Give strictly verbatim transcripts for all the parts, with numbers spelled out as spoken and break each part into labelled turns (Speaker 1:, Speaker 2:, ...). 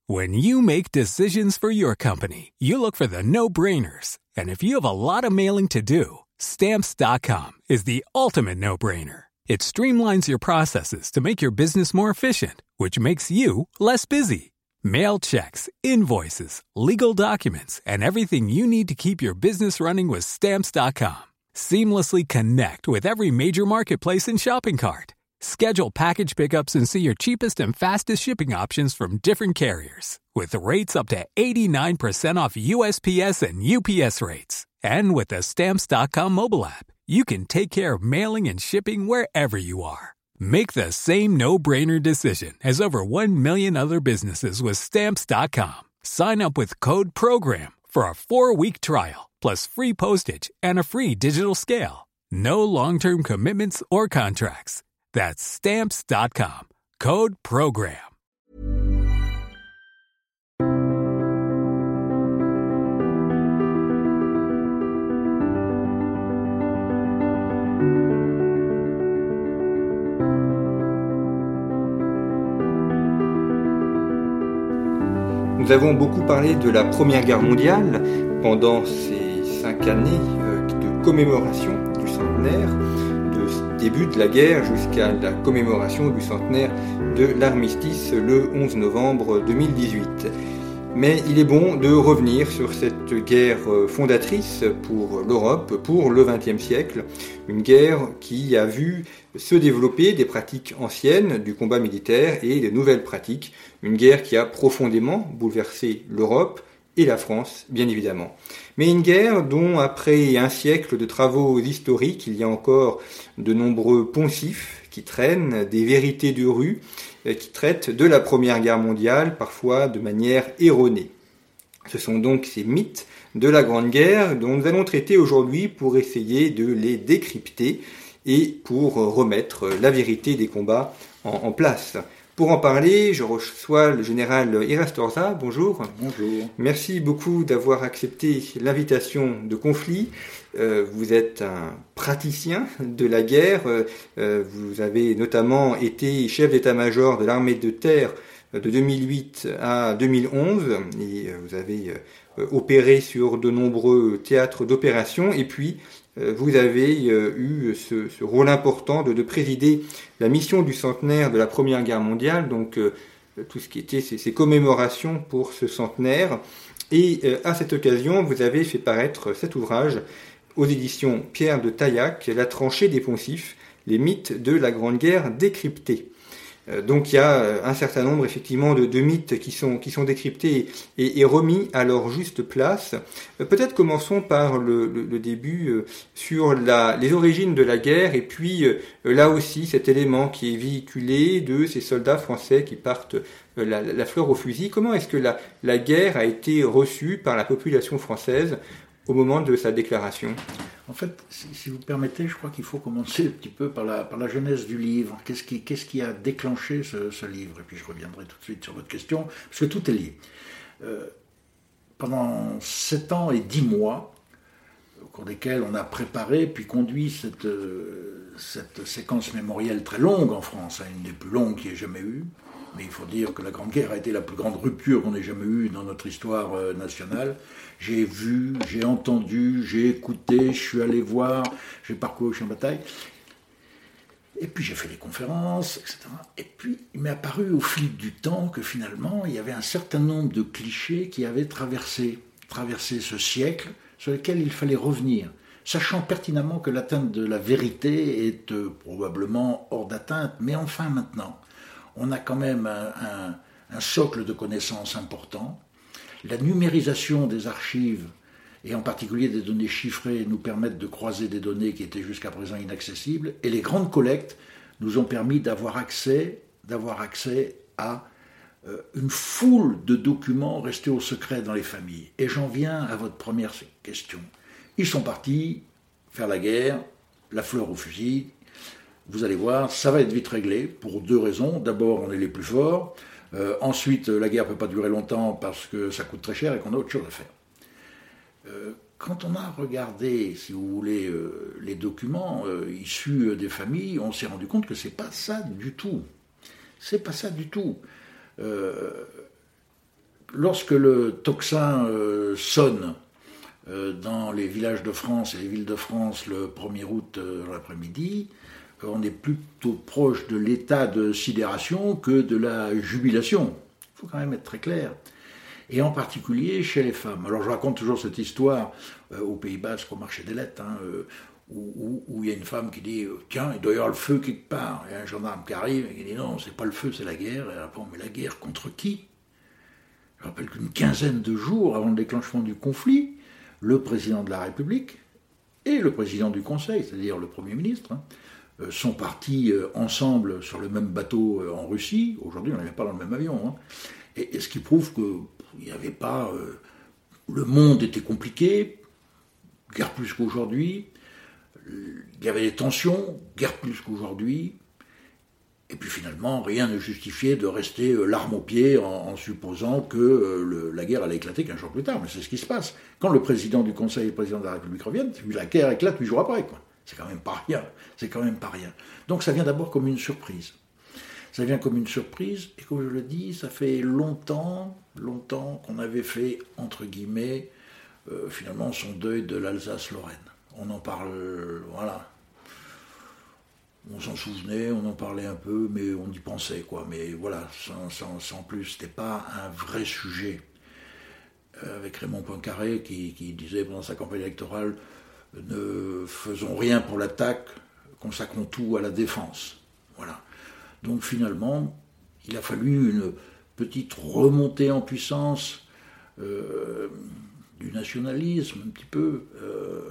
Speaker 1: When you make decisions for your company, you look for the no-brainers. And if you have a lot of mailing to do, Stamps dot com is the ultimate no-brainer. It streamlines your processes to make your business more efficient, which makes you less busy. Mail checks, invoices, legal documents, and everything you need to keep your business running with Stamps dot com. Seamlessly connect with every major marketplace and shopping cart. Schedule package pickups and see your cheapest and fastest shipping options from different carriers. With rates up to eighty-nine percent off U S P S and U P S rates. And with the Stamps dot com mobile app, you can take care of mailing and shipping wherever you are. Make the same no-brainer decision as over one million other businesses with Stamps dot com. Sign up with code PROGRAM for a four-week trial, plus free postage and a free digital scale. No long-term commitments or contracts. That's Stamps dot com. Code PROGRAM.
Speaker 2: Nous avons beaucoup parlé de la Première Guerre mondiale pendant ces cinq années de commémoration du centenaire, de début de la guerre jusqu'à la commémoration du centenaire de l'armistice le onze novembre deux mille dix-huit. Mais il est bon de revenir sur cette guerre fondatrice pour l'Europe, pour le vingtième siècle, une guerre qui a vu se développer des pratiques anciennes du combat militaire et de nouvelles pratiques, une guerre qui a profondément bouleversé l'Europe et la France, bien évidemment. Mais une guerre dont, après un siècle de travaux historiques, il y a encore de nombreux poncifs qui traînent, des vérités de rue, qui traitent de la Première Guerre mondiale, parfois de manière erronée. Ce sont donc ces mythes de la Grande Guerre dont nous allons traiter aujourd'hui pour essayer de les décrypter et pour remettre la vérité des combats en, en place. Pour en parler, je reçois le général Irastorza. Bonjour.
Speaker 3: Bonjour.
Speaker 2: Merci beaucoup d'avoir accepté l'invitation de conflit. Euh, vous êtes un praticien de la guerre. Euh, vous avez notamment été chef d'état-major de l'armée de terre de deux mille huit à deux mille onze. Et vous avez euh, opéré sur de nombreux théâtres d'opération. Et puis, vous avez eu ce, ce rôle important de, de présider la mission du centenaire de la Première Guerre mondiale, donc euh, tout ce qui était ces, ces commémorations pour ce centenaire. Et euh, à cette occasion, vous avez fait paraître cet ouvrage aux éditions Pierre de Taillac, La tranchée des poncifs, les mythes de la Grande Guerre décryptés. Donc il y a un certain nombre effectivement de, de mythes qui sont, qui sont décryptés et, et remis à leur juste place. Peut-être commençons par le, le, le début sur la, les origines de la guerre et puis là aussi cet élément qui est véhiculé de ces soldats français qui partent la, la fleur au fusil. Comment est-ce que la, la guerre a été reçue par la population française au moment de sa déclaration?
Speaker 3: En fait, si, si vous permettez, je crois qu'il faut commencer un petit peu par la, par la genèse du livre. Qu'est-ce qui, qu'est-ce qui a déclenché ce, ce livre? Et puis je reviendrai tout de suite sur votre question, parce que tout est lié. Euh, pendant sept ans et dix mois, au cours desquels on a préparé puis conduit cette, euh, cette séquence mémorielle très longue en France, hein, une des plus longues qu'il y ait jamais eu. Mais il faut dire que la Grande Guerre a été la plus grande rupture qu'on ait jamais eue dans notre histoire euh, nationale. J'ai vu, j'ai entendu, j'ai écouté, je suis allé voir, j'ai parcouru le champ de bataille. Et puis j'ai fait des conférences, et cetera. Et puis il m'est apparu au fil du temps que finalement il y avait un certain nombre de clichés qui avaient traversé, traversé ce siècle, sur lesquels il fallait revenir, sachant pertinemment que l'atteinte de la vérité est euh, probablement hors d'atteinte, mais enfin maintenant. On a quand même un, un, un socle de connaissances important. La numérisation des archives, et en particulier des données chiffrées, nous permettent de croiser des données qui étaient jusqu'à présent inaccessibles. Et les grandes collectes nous ont permis d'avoir accès, d'avoir accès à euh, une foule de documents restés au secret dans les familles. Et j'en viens à votre première question. Ils sont partis faire la guerre, la fleur au fusil. Vous allez voir, ça va être vite réglé pour deux raisons. D'abord, on est les plus forts. Euh, ensuite, la guerre ne peut pas durer longtemps parce que ça coûte très cher et qu'on a autre chose à faire. Euh, quand on a regardé, si vous voulez, euh, les documents euh, issus des familles, on s'est rendu compte que c'est pas ça du tout. C'est pas ça du tout. Euh, lorsque le tocsin euh, sonne euh, dans les villages de France et les villes de France le premier août euh, l'après-midi, euh, on est plutôt proche de l'état de sidération que de la jubilation. Il faut quand même être très clair. Et en particulier chez les femmes. Alors je raconte toujours cette histoire euh, au Pays Basque, au marché des Lettres, hein, euh, où, où, où il y a une femme qui dit « Tiens, il doit y avoir le feu quelque part ». Il y a un gendarme qui arrive et qui dit « Non, c'est pas le feu, c'est la guerre ». Et elle répond « Mais la guerre contre qui ?» Je rappelle qu'une quinzaine de jours avant le déclenchement du conflit, le président de la République et le président du Conseil, c'est-à-dire le Premier ministre, hein, euh, sont partis euh, ensemble sur le même bateau euh, en Russie. Aujourd'hui, on n'est pas dans le même avion. Hein. Et, et ce qui prouve que il n'y avait pas... Euh, le monde était compliqué, guère plus qu'aujourd'hui. Il y avait des tensions, guère plus qu'aujourd'hui. Et puis finalement, rien ne justifiait de rester euh, l'arme au pied en, en supposant que euh, le, la guerre allait éclater quinze jours plus tard. Mais c'est ce qui se passe. Quand le président du Conseil et le président de la République reviennent, la guerre éclate huit jours après, quoi. C'est quand même pas rien. C'est quand même pas rien. Donc ça vient d'abord comme une surprise. Ça vient comme une surprise, et comme je le dis, ça fait longtemps, longtemps qu'on avait fait, entre guillemets, euh, finalement son deuil de l'Alsace-Lorraine. On en parle, voilà. On s'en souvenait, on en parlait un peu, mais on y pensait, quoi. Mais voilà, sans, sans, sans plus, c'était pas un vrai sujet. Euh, avec Raymond Poincaré, qui, qui disait pendant sa campagne électorale, ne faisons rien pour l'attaque, consacrons tout à la défense. Voilà. Donc finalement, il a fallu une petite remontée en puissance euh, du nationalisme, un petit peu, euh,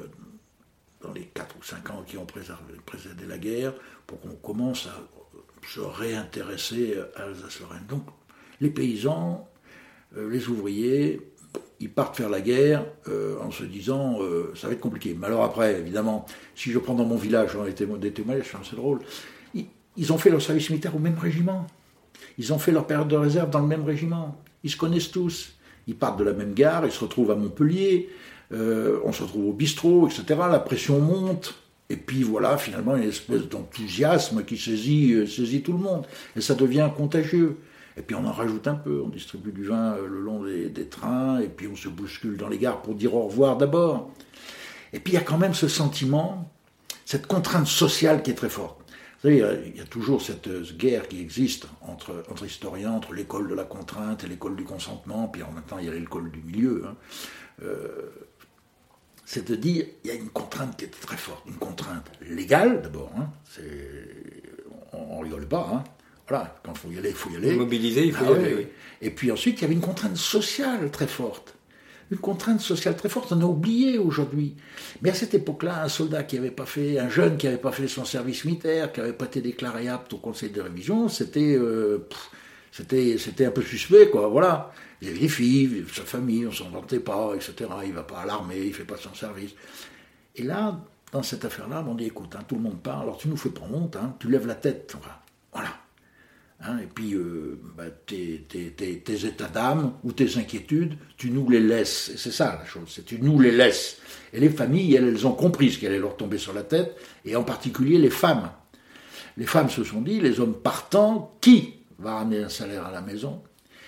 Speaker 3: dans les quatre ou cinq ans qui ont précédé la guerre, pour qu'on commence à se réintéresser à Alsace-Lorraine. Donc les paysans, euh, les ouvriers, ils partent faire la guerre euh, en se disant euh, ça va être compliqué. Mais alors après, évidemment, si je prends dans mon village, j'en ai des témoignages, c'est drôle, ils, ils ont fait leur service militaire au même régiment. Ils ont fait leur période de réserve dans le même régiment. Ils se connaissent tous. Ils partent de la même gare, ils se retrouvent à Montpellier, euh, on se retrouve au bistrot, et cetera. La pression monte. Et puis voilà, finalement, il y a une espèce d'enthousiasme qui saisit, euh, saisit tout le monde. Et ça devient contagieux. Et puis on en rajoute un peu, on distribue du vin le long des, des trains, et puis on se bouscule dans les gares pour dire au revoir d'abord. Et puis il y a quand même ce sentiment, cette contrainte sociale qui est très forte. Vous savez, il y a toujours cette guerre qui existe entre, entre historiens, entre l'école de la contrainte et l'école du consentement, puis en même temps il y a l'école du milieu. Hein. Euh, c'est de dire, il y a une contrainte qui est très forte, une contrainte légale d'abord, hein. C'est, on ne rigole pas, hein. Voilà, quand il faut y aller, il faut y aller.
Speaker 2: Mobiliser, il faut
Speaker 3: ah,
Speaker 2: y aller,
Speaker 3: oui.
Speaker 2: oui.
Speaker 3: Et puis ensuite, il y avait une contrainte sociale très forte. Une contrainte sociale très forte, on a oublié aujourd'hui. Mais à cette époque-là, un soldat qui n'avait pas fait, un jeune qui n'avait pas fait son service militaire, qui n'avait pas été déclaré apte au conseil de révision, c'était, euh, pff, c'était, c'était un peu suspect, quoi, voilà. Il y avait des filles, sa famille, on ne s'en vantait pas, et cetera. Il ne va pas à l'armée, il ne fait pas son service. Et là, dans cette affaire-là, on dit, écoute, hein, tout le monde parle, alors tu nous fais pas honte, hein, tu lèves la tête, enfin, voilà. Hein, et puis, euh, bah, tes, tes, tes, tes états d'âme ou tes inquiétudes, tu nous les laisses. Et c'est ça la chose, c'est tu nous les laisses. Et les familles, elles, elles ont compris ce qui allait leur tomber sur la tête, et en particulier les femmes. Les femmes se sont dit, les hommes partant, qui va ramener un salaire à la maison?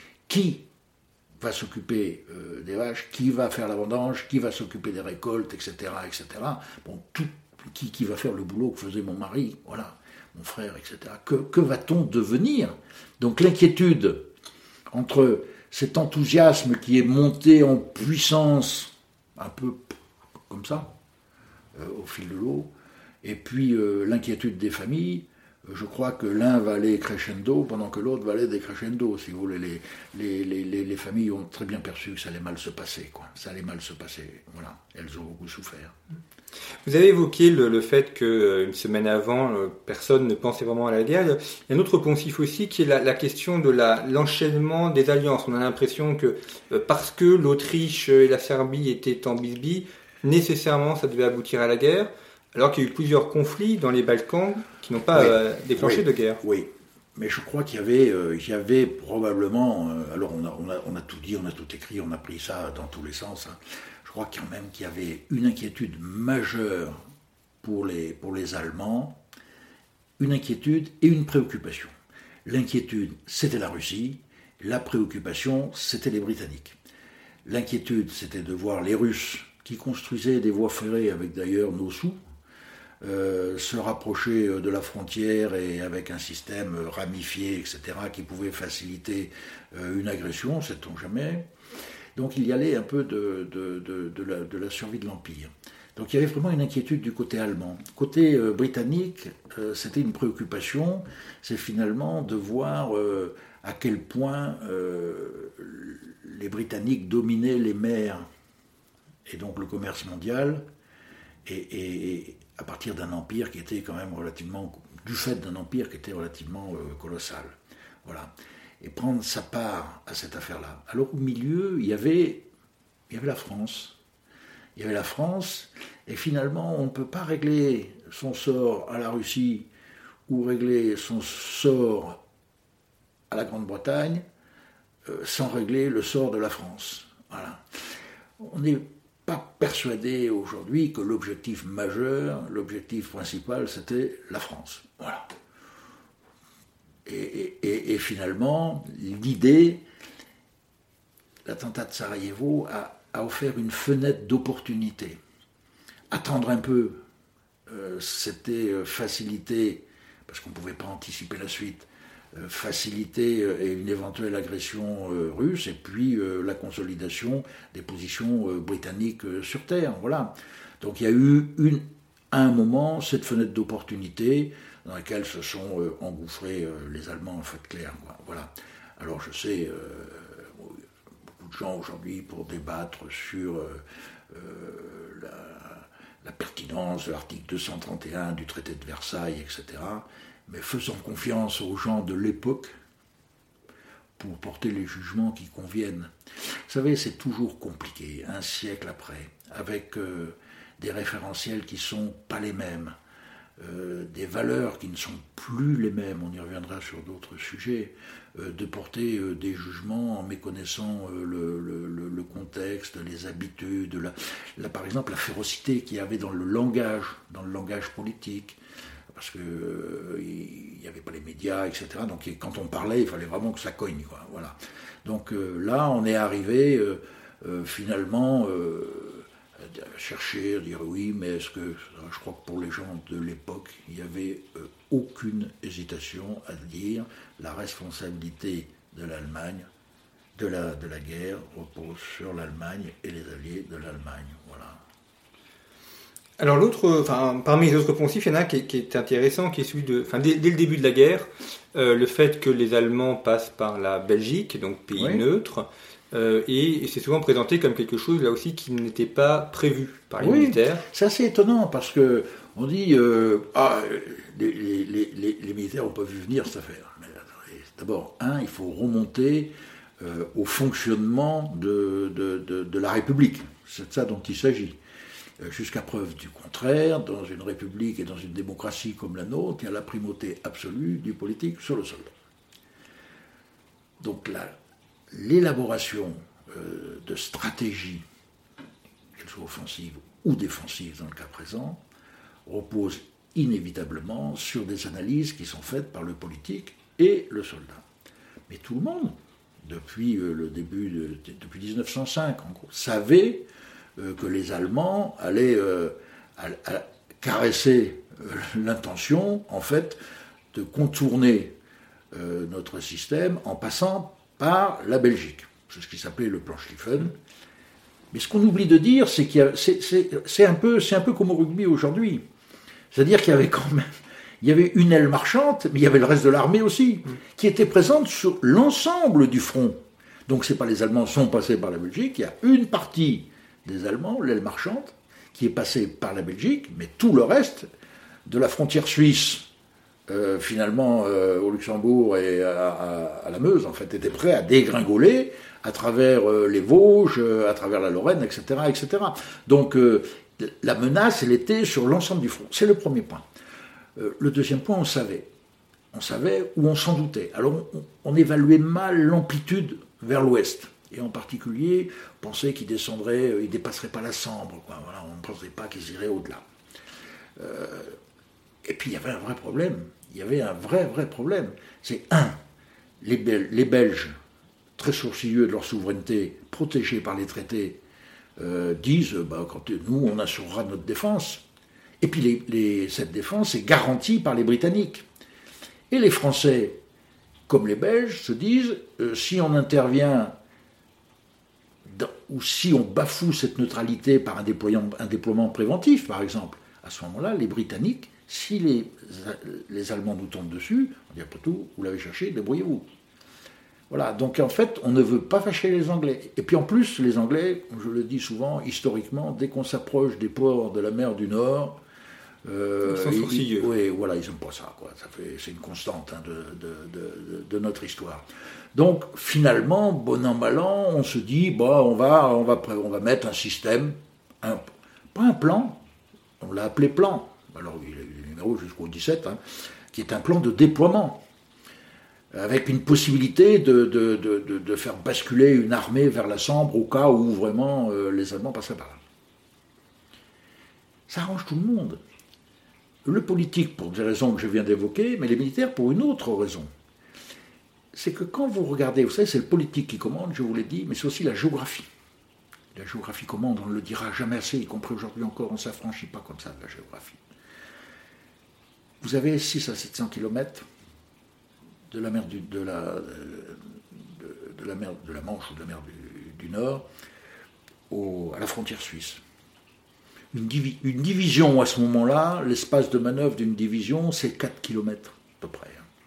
Speaker 3: Qui va s'occuper euh, des vaches? Qui va faire la vendange? Qui va s'occuper des récoltes, et cetera, et cetera. Bon, tout, qui, qui va faire le boulot que faisait mon mari? Voilà. Mon frère, et cetera. Que, que va-t-on devenir? Donc l'inquiétude entre cet enthousiasme qui est monté en puissance, un peu comme ça, euh, au fil de l'eau, et puis euh, l'inquiétude des familles, euh, je crois que l'un va aller crescendo pendant que l'autre va aller décrescendo. Si vous voulez, les, les, les, les, les familles ont très bien perçu que ça allait mal se passer, quoi. Ça allait mal se passer, voilà. Elles ont beaucoup souffert.
Speaker 2: Vous avez évoqué le, le fait qu'une semaine avant, euh, personne ne pensait vraiment à la guerre. Il y a un autre poncif aussi qui est la, la question de la, l'enchaînement des alliances. On a l'impression que euh, parce que l'Autriche et la Serbie étaient en bisbille, nécessairement ça devait aboutir à la guerre, alors qu'il y a eu plusieurs conflits dans les Balkans qui n'ont pas oui. euh, déclenché
Speaker 3: oui.
Speaker 2: de guerre.
Speaker 3: Oui, mais je crois qu'il y avait, euh, il y avait probablement... Euh, alors on a, on, a, on a tout dit, on a tout écrit, on a pris ça dans tous les sens, hein. Je crois quand même qu'il y avait une inquiétude majeure pour les, pour les Allemands, une inquiétude et une préoccupation. L'inquiétude, c'était la Russie, La préoccupation, c'était les Britanniques. L'inquiétude, c'était de voir les Russes, qui construisaient des voies ferrées avec d'ailleurs nos sous, euh, se rapprocher de la frontière et avec un système ramifié, et cetera, qui pouvait faciliter euh, une agression, sait-on jamais. Donc il y allait un peu de, de, de, de, la, de la survie de l'Empire. Donc il y avait vraiment une inquiétude du côté allemand. Côté euh, britannique, euh, c'était une préoccupation, c'est finalement de voir euh, à quel point euh, les Britanniques dominaient les mers et donc le commerce mondial, et, et, et à partir d'un empire qui était quand même relativement, du fait d'un empire qui était relativement euh, colossal. Voilà. Et prendre sa part à cette affaire-là. Alors au milieu, il y avait, il y avait la France. Il y avait la France, et finalement, on ne peut pas régler son sort à la Russie ou régler son sort à la Grande-Bretagne euh, sans régler le sort de la France. Voilà. On n'est pas persuadé aujourd'hui que l'objectif majeur, l'objectif principal, c'était la France. Voilà. Et, et, et finalement, l'idée, l'attentat de Sarajevo a a offert une fenêtre d'opportunité. Attendre un peu, euh, c'était euh, faciliter, parce qu'on ne pouvait pas anticiper la suite, euh, faciliter euh, une éventuelle agression euh, russe, et puis euh, la consolidation des positions euh, britanniques euh, sur terre. Voilà. Donc il y a eu une, à un moment cette fenêtre d'opportunité dans laquelle se sont euh, engouffrés euh, les Allemands en fait clair. Quoi. Voilà. Alors je sais... Euh, de gens aujourd'hui pour débattre sur euh, euh, la, la pertinence de l'article deux cent trente et un du traité de Versailles, et cetera. Mais faisons confiance aux gens de l'époque pour porter les jugements qui conviennent. Vous savez, c'est toujours compliqué, un siècle après, avec euh, des référentiels qui ne sont pas les mêmes, euh, des valeurs qui ne sont plus les mêmes, on y reviendra sur d'autres sujets, euh, de porter euh, des jugements en méconnaissant euh, le, le, le contexte, les habitudes, la, la, par exemple la férocité qu'il y avait dans le langage, dans le langage politique, parce qu'il euh, n'y avait pas les médias, et cetera. Donc quand on parlait, il fallait vraiment que ça cogne, quoi. Voilà. Donc euh, là, on est arrivé euh, euh, finalement... Euh, à chercher, à dire oui, mais est-ce que, je crois que pour les gens de l'époque, il n'y avait euh, aucune hésitation à dire la responsabilité de l'Allemagne, de la, de la guerre, repose sur l'Allemagne et les alliés de l'Allemagne. Voilà.
Speaker 2: Alors l'autre, enfin, parmi les autres poncifs, il y en a un qui est, qui est intéressant, qui est celui de, enfin, dès, dès le début de la guerre, euh, le fait que les Allemands passent par la Belgique, donc pays oui. neutre, Euh, et, et c'est souvent présenté comme quelque chose là aussi qui n'était pas prévu par les
Speaker 3: oui,
Speaker 2: militaires.
Speaker 3: C'est assez étonnant parce que on dit euh, ah les, les, les, les militaires n'ont pas vu venir cette affaire. Mais d'abord, un, il faut remonter euh, au fonctionnement de, de, de, de la République. C'est de ça dont il s'agit. Euh, jusqu'à preuve du contraire, dans une république et dans une démocratie comme la nôtre, il y a la primauté absolue du politique sur le soldat. Donc là, l'élaboration euh, de stratégies, qu'elles soient offensives ou défensives dans le cas présent, repose inévitablement sur des analyses qui sont faites par le politique et le soldat. Mais tout le monde, depuis euh, le début, de, depuis dix-neuf cent cinq, en gros, savait euh, que les Allemands allaient euh, à, à caresser euh, l'intention, en fait, de contourner euh, notre système en passant par la Belgique. C'est ce qui s'appelait le plan Schlieffen. Mais ce qu'on oublie de dire, c'est qu'il y a, c'est, c'est, c'est, un peu, c'est un peu comme au rugby aujourd'hui. C'est-à-dire qu'il y avait quand même, il y avait une aile marchande, mais il y avait le reste de l'armée aussi, qui était présente sur l'ensemble du front. Donc c'est pas les Allemands sont passés par la Belgique, il y a une partie des Allemands, l'aile marchande, qui est passée par la Belgique, mais tout le reste de la frontière suisse, Euh, finalement, euh, au Luxembourg et à, à, à la Meuse, en fait, étaient prêts à dégringoler à travers euh, les Vosges, euh, à travers la Lorraine, et cetera, et cetera. Donc, euh, la menace, elle était sur l'ensemble du front. C'est le premier point. Euh, le deuxième point, on savait. On savait ou on s'en doutait. Alors, on, on évaluait mal l'amplitude vers l'ouest. Et en particulier, on pensait qu'ils descendraient, ils ne dépasseraient pas la Sambre, quoi. Voilà, on ne pensait pas qu'ils iraient au-delà. Euh, et puis, il y avait un vrai problème. Il y avait un vrai, vrai problème. C'est un, les, Bel- les Belges très sourcilleux de leur souveraineté, protégés par les traités, euh, disent bah, quand nous, on assurera notre défense. Et puis les, les, cette défense est garantie par les Britanniques. Et les Français, comme les Belges, se disent euh, si on intervient dans, ou si on bafoue cette neutralité par un déploiement, un déploiement préventif, par exemple, à ce moment-là, les Britanniques, si les, les Allemands nous tombent dessus, on dit après tout, vous l'avez cherché, débrouillez-vous. Voilà, donc en fait, on ne veut pas fâcher les Anglais. Et puis en plus, les Anglais, je le dis souvent, historiquement, dès qu'on s'approche des ports de la mer du Nord,
Speaker 2: euh, ils sont sourcilleux.
Speaker 3: Oui, voilà, ils n'aiment pas ça, quoi. Ça fait, c'est une constante hein, de, de, de, de notre histoire. Donc finalement, bon an, mal an, on se dit, bah, on, va, on, va, on va mettre un système, un, pas un plan, on l'a appelé plan, alors il a eu le numéro jusqu'au dix-sept, hein, qui est un plan de déploiement, avec une possibilité de, de, de, de, de faire basculer une armée vers la Sambre au cas où vraiment euh, les Allemands passeraient par là. Ça arrange tout le monde. Le politique pour des raisons que je viens d'évoquer, mais les militaires pour une autre raison. C'est que quand vous regardez, vous savez, c'est le politique qui commande, je vous l'ai dit, mais c'est aussi la géographie. La géographie commande, on ne le dira jamais assez, y compris aujourd'hui encore, on ne s'affranchit pas comme ça de la géographie. Vous avez six à sept cents kilomètres de la mer du, de la, de, de la mer de la Manche ou de la mer du, du Nord au, à la frontière suisse. Une, divi, une division à ce moment-là, l'espace de manœuvre d'une division, c'est quatre kilomètres à peu près.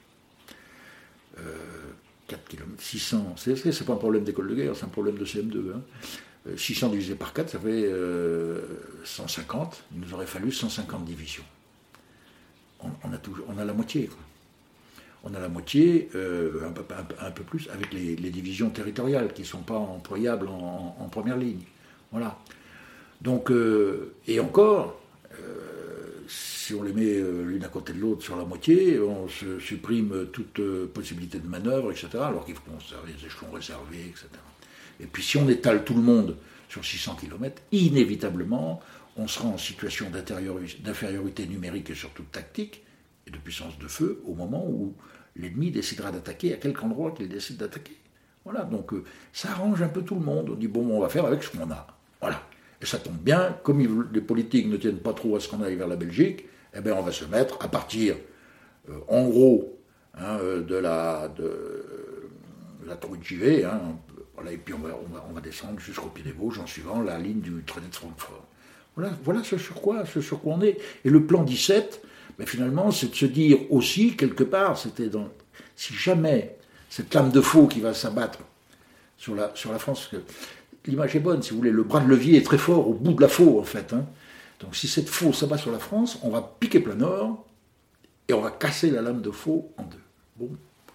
Speaker 3: Euh, quatre kilomètres, six cents, c'est, c'est pas un problème d'école de guerre, c'est un problème de C M deux. Hein. six cents divisé par quatre, ça fait euh, cent cinquante. Il nous aurait fallu cent cinquante divisions. On, on, a, toujours, on a la moitié, quoi. On a la moitié, euh, un, peu, un, un peu plus, avec les, les divisions territoriales qui ne sont pas employables en, en, en première ligne. Voilà. Donc, euh, et encore, euh, si on les met euh, l'une à côté de l'autre sur la moitié, on se supprime toute euh, possibilité de manœuvre, et cetera, alors qu'il faut conserver les échelons réservés, et cetera. Et puis si on étale tout le monde sur six cents kilomètres, inévitablement, on sera en situation d'infériorité numérique et surtout tactique, et de puissance de feu, au moment où l'ennemi décidera d'attaquer à quelque endroit qu'il décide d'attaquer. Voilà, donc euh, ça arrange un peu tout le monde. On dit, bon, on va faire avec ce qu'on a. Voilà. Et ça tombe bien, comme ils, les politiques ne tiennent pas trop à ce qu'on aille vers la Belgique, eh bien on va se mettre à partir, euh, en gros, hein, de la, de, de la Tour de Givet, hein, voilà, et puis on va, on, va, on va descendre jusqu'au Pied des Vosges en suivant la ligne du traité de Francfort. Voilà, voilà ce sur quoi, ce sur quoi on est. Et le plan dix-sept, ben finalement, c'est de se dire aussi, quelque part, c'était dans, si jamais cette lame de faux qui va s'abattre sur la, sur la France, que l'image est bonne, si vous voulez, le bras de levier est très fort au bout de la faux, en fait. Hein. Donc si cette faux s'abat sur la France, on va piquer plein nord et on va casser la lame de faux en deux. Bon,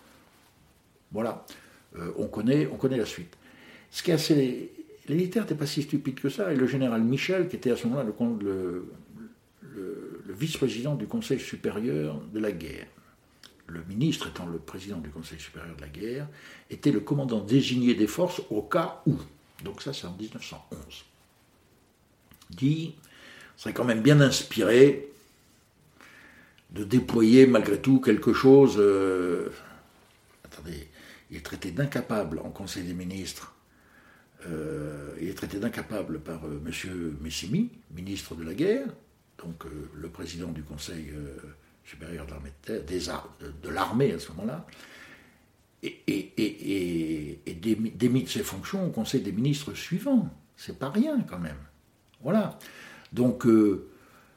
Speaker 3: voilà, euh, on connaît, on connaît la suite. Ce qui est assez... Les militaires n'étaient pas si stupides que ça, et le général Michel, qui était à ce moment-là le, le, le, le vice-président du Conseil supérieur de la guerre, le ministre étant le président du Conseil supérieur de la guerre, était le commandant désigné des forces au cas où. Donc ça, c'est en dix-neuf cent onze. Dit, on serait quand même bien inspiré de déployer malgré tout quelque chose... Euh, attendez, il est traité d'incapable en Conseil des ministres. Euh, il est traité d'incapable par euh, M. Messimy, ministre de la guerre, donc euh, le président du Conseil euh, supérieur de l'armée de terre, des ar- de, de l'armée à ce moment-là, et, et, et, et, et démis de ses fonctions au Conseil des ministres suivant. C'est pas rien quand même. Voilà. Donc euh,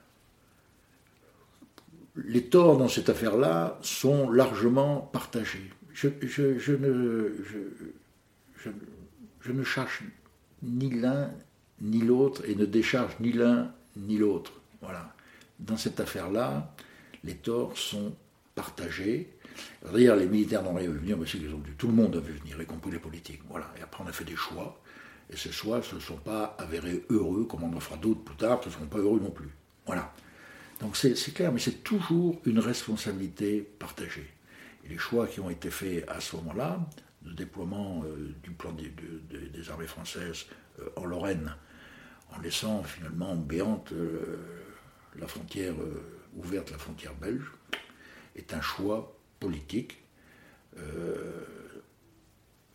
Speaker 3: les torts dans cette affaire-là sont largement partagés. Je, je, je ne... Je, je, Je ne charge ni l'un ni l'autre et ne décharge ni l'un ni l'autre. Voilà. Dans cette affaire-là, les torts sont partagés. D'ailleurs, les militaires n'ont rien vu venir, mais c'est qu'ils ont dû. Tout le monde a vu venir, y compris les politiques. Voilà. Et après, on a fait des choix. Et ces choix ne se sont pas avérés heureux, comme on en fera d'autres plus tard, qui ne seront pas heureux non plus. Voilà. Donc c'est, c'est clair, mais c'est toujours une responsabilité partagée. Et les choix qui ont été faits à ce moment-là, de déploiement euh, du plan des, de, de, des armées françaises euh, en Lorraine, en laissant finalement béante euh, la frontière euh, ouverte, la frontière belge, est un choix politique, euh,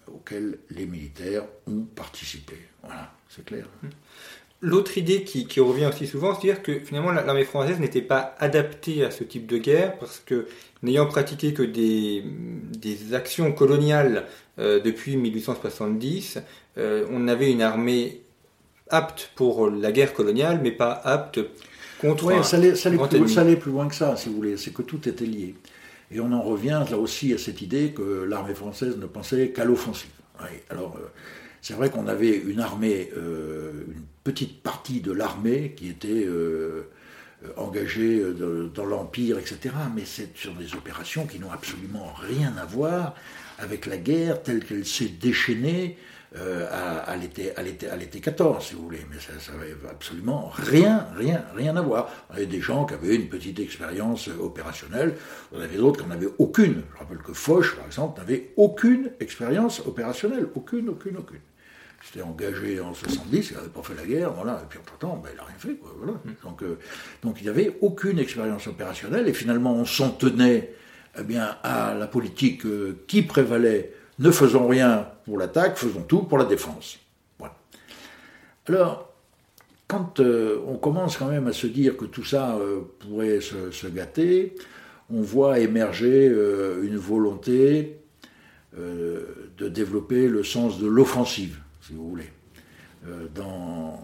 Speaker 3: auxquelles les militaires ont participé. Voilà, c'est clair.
Speaker 2: L'autre idée qui, qui revient aussi souvent, c'est dire que finalement l'armée française n'était pas adaptée à ce type de guerre parce que n'ayant pratiqué que des, des actions coloniales euh, depuis mille huit cent soixante-dix, euh, on avait une armée apte pour la guerre coloniale, mais pas apte contre
Speaker 3: ouais,
Speaker 2: un
Speaker 3: ça allait, ça allait
Speaker 2: grand
Speaker 3: plus,
Speaker 2: ennemi.
Speaker 3: Ça allait plus loin que ça, si vous voulez. C'est que tout était lié. Et on en revient là aussi à cette idée que l'armée française ne pensait qu'à l'offensive. Ouais, alors, euh, c'est vrai qu'on avait une armée, euh, une petite partie de l'armée qui était euh, engagée de, dans l'Empire, et cetera. Mais c'est sur des opérations qui n'ont absolument rien à voir avec la guerre telle qu'elle s'est déchaînée euh, à, à, l'été, à, l'été, à l'été quatorze, si vous voulez. Mais ça n'avait absolument rien, rien, rien à voir. On avait des gens qui avaient une petite expérience opérationnelle, on avait d'autres qui n'en avaient aucune. Je rappelle que Foch, par exemple, n'avait aucune expérience opérationnelle. Aucune, aucune, aucune. Il s'était engagé en soixante-dix, il n'avait pas fait la guerre, voilà, et puis entre-temps, ben, il n'a rien fait, quoi, voilà. Donc, euh, donc il n'y avait aucune expérience opérationnelle, et finalement on s'en tenait eh bien, à la politique euh, qui prévalait, ne faisons rien pour l'attaque, faisons tout pour la défense. Voilà. Alors, quand euh, on commence quand même à se dire que tout ça euh, pourrait se, se gâter, on voit émerger euh, une volonté euh, de développer le sens de l'offensive, si vous voulez, euh, dans,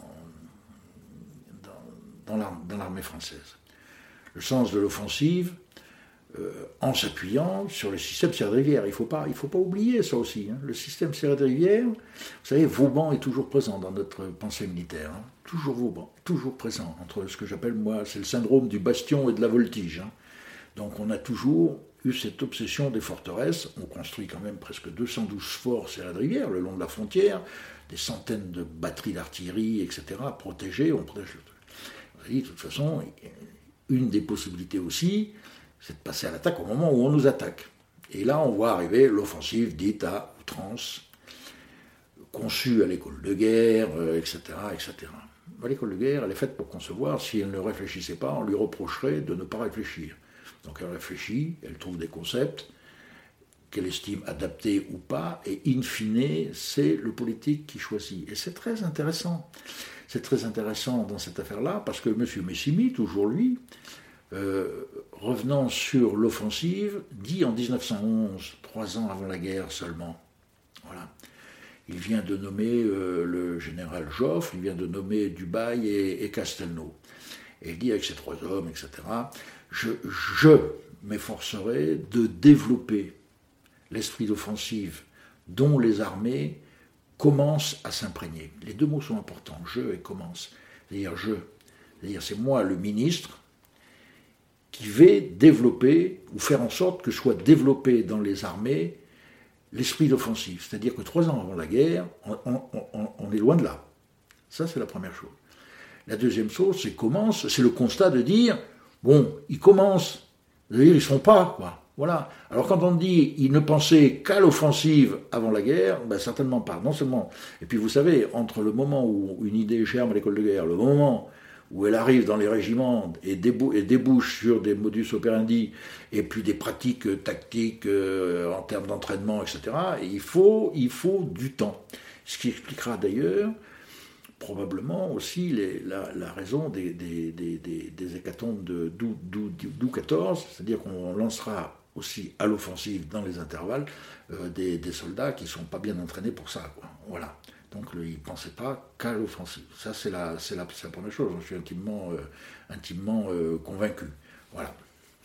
Speaker 3: dans, dans, l'armée, dans l'armée française. Le sens de l'offensive, euh, en s'appuyant sur le système Serre-de-Rivière. Il ne faut pas, il faut pas oublier ça aussi. Hein. Le système Serre-de-Rivière, vous savez, Vauban est toujours présent dans notre pensée militaire. Hein. Toujours Vauban, toujours présent, entre ce que j'appelle, moi, c'est le syndrome du bastion et de la voltige. Hein. Donc on a toujours eu cette obsession des forteresses. On construit quand même presque deux cent douze forts Serre-de-Rivière, le long de la frontière, des centaines de batteries d'artillerie, et cetera, protégées, on protège le truc. On a dit, de toute façon, une des possibilités aussi, c'est de passer à l'attaque au moment où on nous attaque. Et là, on voit arriver l'offensive dite à outrance, conçue à l'école de guerre, euh, et cetera, et cetera. Ben, l'école de guerre, elle est faite pour concevoir. Si elle ne réfléchissait pas, on lui reprocherait de ne pas réfléchir. Donc elle réfléchit, elle trouve des concepts qu'elle estime adaptés ou pas, et in fine, c'est le politique qui choisit. Et c'est très intéressant. C'est très intéressant dans cette affaire-là, parce que M. Messimy, toujours lui, euh, revenant sur l'offensive, dit en dix-neuf cent onze, trois ans avant la guerre seulement, voilà, il vient de nommer euh, le général Joffre, il vient de nommer Dubail et, et Castelnau. Et il dit avec ces trois hommes, et cetera, je, je m'efforcerai de développer l'esprit d'offensive dont les armées commencent à s'imprégner. Les deux mots sont importants, je et commence. C'est-à-dire je, c'est-à-dire c'est moi le ministre qui vais développer ou faire en sorte que soit développé dans les armées l'esprit d'offensive. C'est-à-dire que trois ans avant la guerre, on, on, on, on est loin de là. Ça, c'est la première chose. La deuxième chose, c'est commence, c'est le constat de dire, bon, ils commencent, c'est-à-dire ils ne sont pas, quoi. Voilà. Alors quand on dit ils ne pensaient qu'à l'offensive avant la guerre, ben certainement pas. Non seulement. Et puis vous savez, entre le moment où une idée germe à l'école de guerre, le moment où elle arrive dans les régiments et, débou- et débouche sur des modus operandi et puis des pratiques tactiques euh, en termes d'entraînement, et cetera, il faut, il faut du temps. Ce qui expliquera d'ailleurs probablement aussi les, la, la raison des, des, des, des, des hécatombes de d'août quatorze, c'est-à-dire qu'on lancera aussi à l'offensive dans les intervalles euh, des, des soldats qui ne sont pas bien entraînés pour ça, quoi. Voilà. Donc le, ils ne pensaient pas qu'à l'offensive. Ça, c'est la, c'est la, c'est la première chose. Je suis intimement, euh, intimement euh, convaincu. Voilà.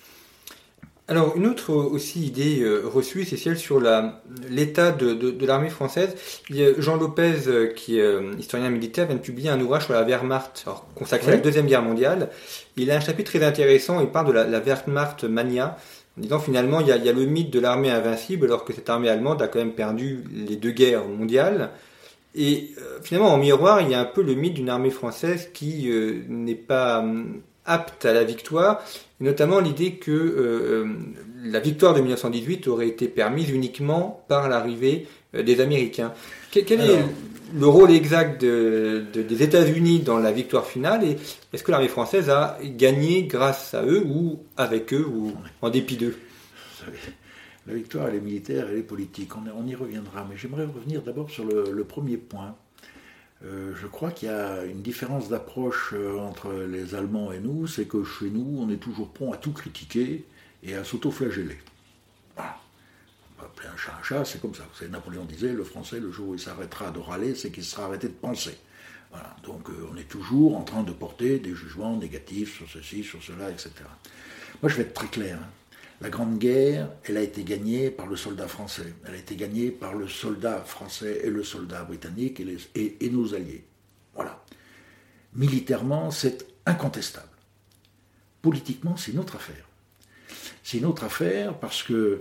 Speaker 2: Alors, une autre aussi idée euh, reçue, c'est celle sur la, l'état de, de, de l'armée française. Il y a Jean Lopez, euh, qui est euh, historien militaire, vient de publier un ouvrage sur la Wehrmacht, alors, consacré oui. à la Deuxième Guerre mondiale. Il a un chapitre très intéressant, il parle de la, la Wehrmacht mania, en disant finalement il y, a, il y a le mythe de l'armée invincible, alors que cette armée allemande a quand même perdu les deux guerres mondiales. Et euh, finalement, en miroir, il y a un peu le mythe d'une armée française qui euh, n'est pas euh, apte à la victoire, et notamment l'idée que euh, la victoire de dix-neuf cent dix-huit aurait été permise uniquement par l'arrivée euh, des Américains. Quel, quel Alors, est le rôle exact de, de, des États-Unis dans la victoire finale, et est-ce que l'armée française a gagné grâce à eux, ou avec eux, ou en dépit d'eux ?
Speaker 3: La victoire, elle est militaire, elle est politique. On, on y reviendra, mais j'aimerais revenir d'abord sur le, le premier point. Euh, je crois qu'il y a une différence d'approche euh, entre les Allemands et nous, c'est que chez nous, on est toujours prompt à tout critiquer et à s'auto-flageller. Voilà. On va appeler un chat un chat, c'est comme ça. Vous savez, Napoléon disait, le Français, le jour où il s'arrêtera de râler, c'est qu'il sera arrêté de penser. Voilà. Donc euh, on est toujours en train de porter des jugements négatifs sur ceci, sur cela, et cetera. Moi, je vais être très clair. Hein. La Grande Guerre, elle a été gagnée par le soldat français. Elle a été gagnée par le soldat français et le soldat britannique et, les, et, et nos alliés. Voilà. Militairement, c'est incontestable. Politiquement, c'est une autre affaire. C'est une autre affaire parce que,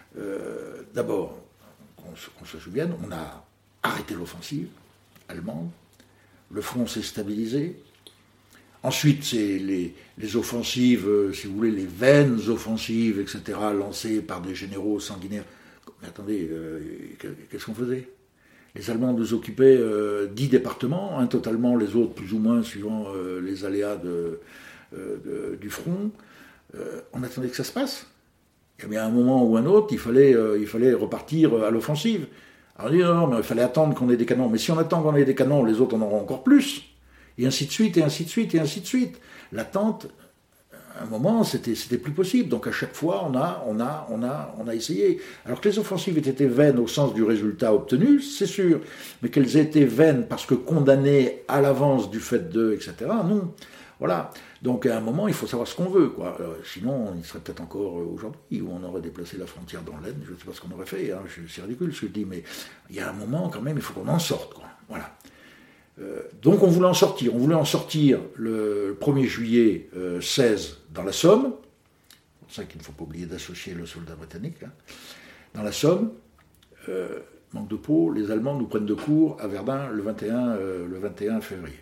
Speaker 3: euh, d'abord, qu'on, qu'on se souvienne, on a arrêté l'offensive allemande, le front s'est stabilisé. Ensuite, c'est les, les offensives, euh, si vous voulez, les vaines offensives, et cetera, lancées par des généraux sanguinaires. Mais attendez, euh, qu'est-ce qu'on faisait ? Les Allemands nous occupaient euh, dix départements, un totalement, les autres plus ou moins, suivant euh, les aléas de, euh, de, du front. Euh, on attendait que ça se passe. Il y avait un moment ou un autre, il fallait, euh, il fallait repartir à l'offensive. Alors on dit, non, mais il fallait attendre qu'on ait des canons. Mais si on attend qu'on ait des canons, les autres en auront encore plus. Et ainsi de suite, et ainsi de suite, et ainsi de suite. L'attente, à un moment, c'était, c'était plus possible. Donc à chaque fois, on a, on a, on a, on a essayé. Alors que les offensives aient été vaines au sens du résultat obtenu, c'est sûr. Mais qu'elles aient été vaines parce que condamnées à l'avance du fait d'eux, et cetera, non. Voilà. Donc à un moment, il faut savoir ce qu'on veut, quoi. Alors, sinon, il serait peut-être encore aujourd'hui où on aurait déplacé la frontière dans l'Aisne. Je ne sais pas ce qu'on aurait fait. Hein. C'est ridicule ce que je dis, mais il y a un moment, quand même, il faut qu'on en sorte, quoi. Voilà. Euh, donc on voulait en sortir. On voulait en sortir le premier juillet euh, seize dans la Somme. C'est pour ça qu'il ne faut pas oublier d'associer le soldat britannique. Hein. Dans la Somme, euh, manque de peau, les Allemands nous prennent de court à Verdun le vingt et un, euh, le vingt et un février.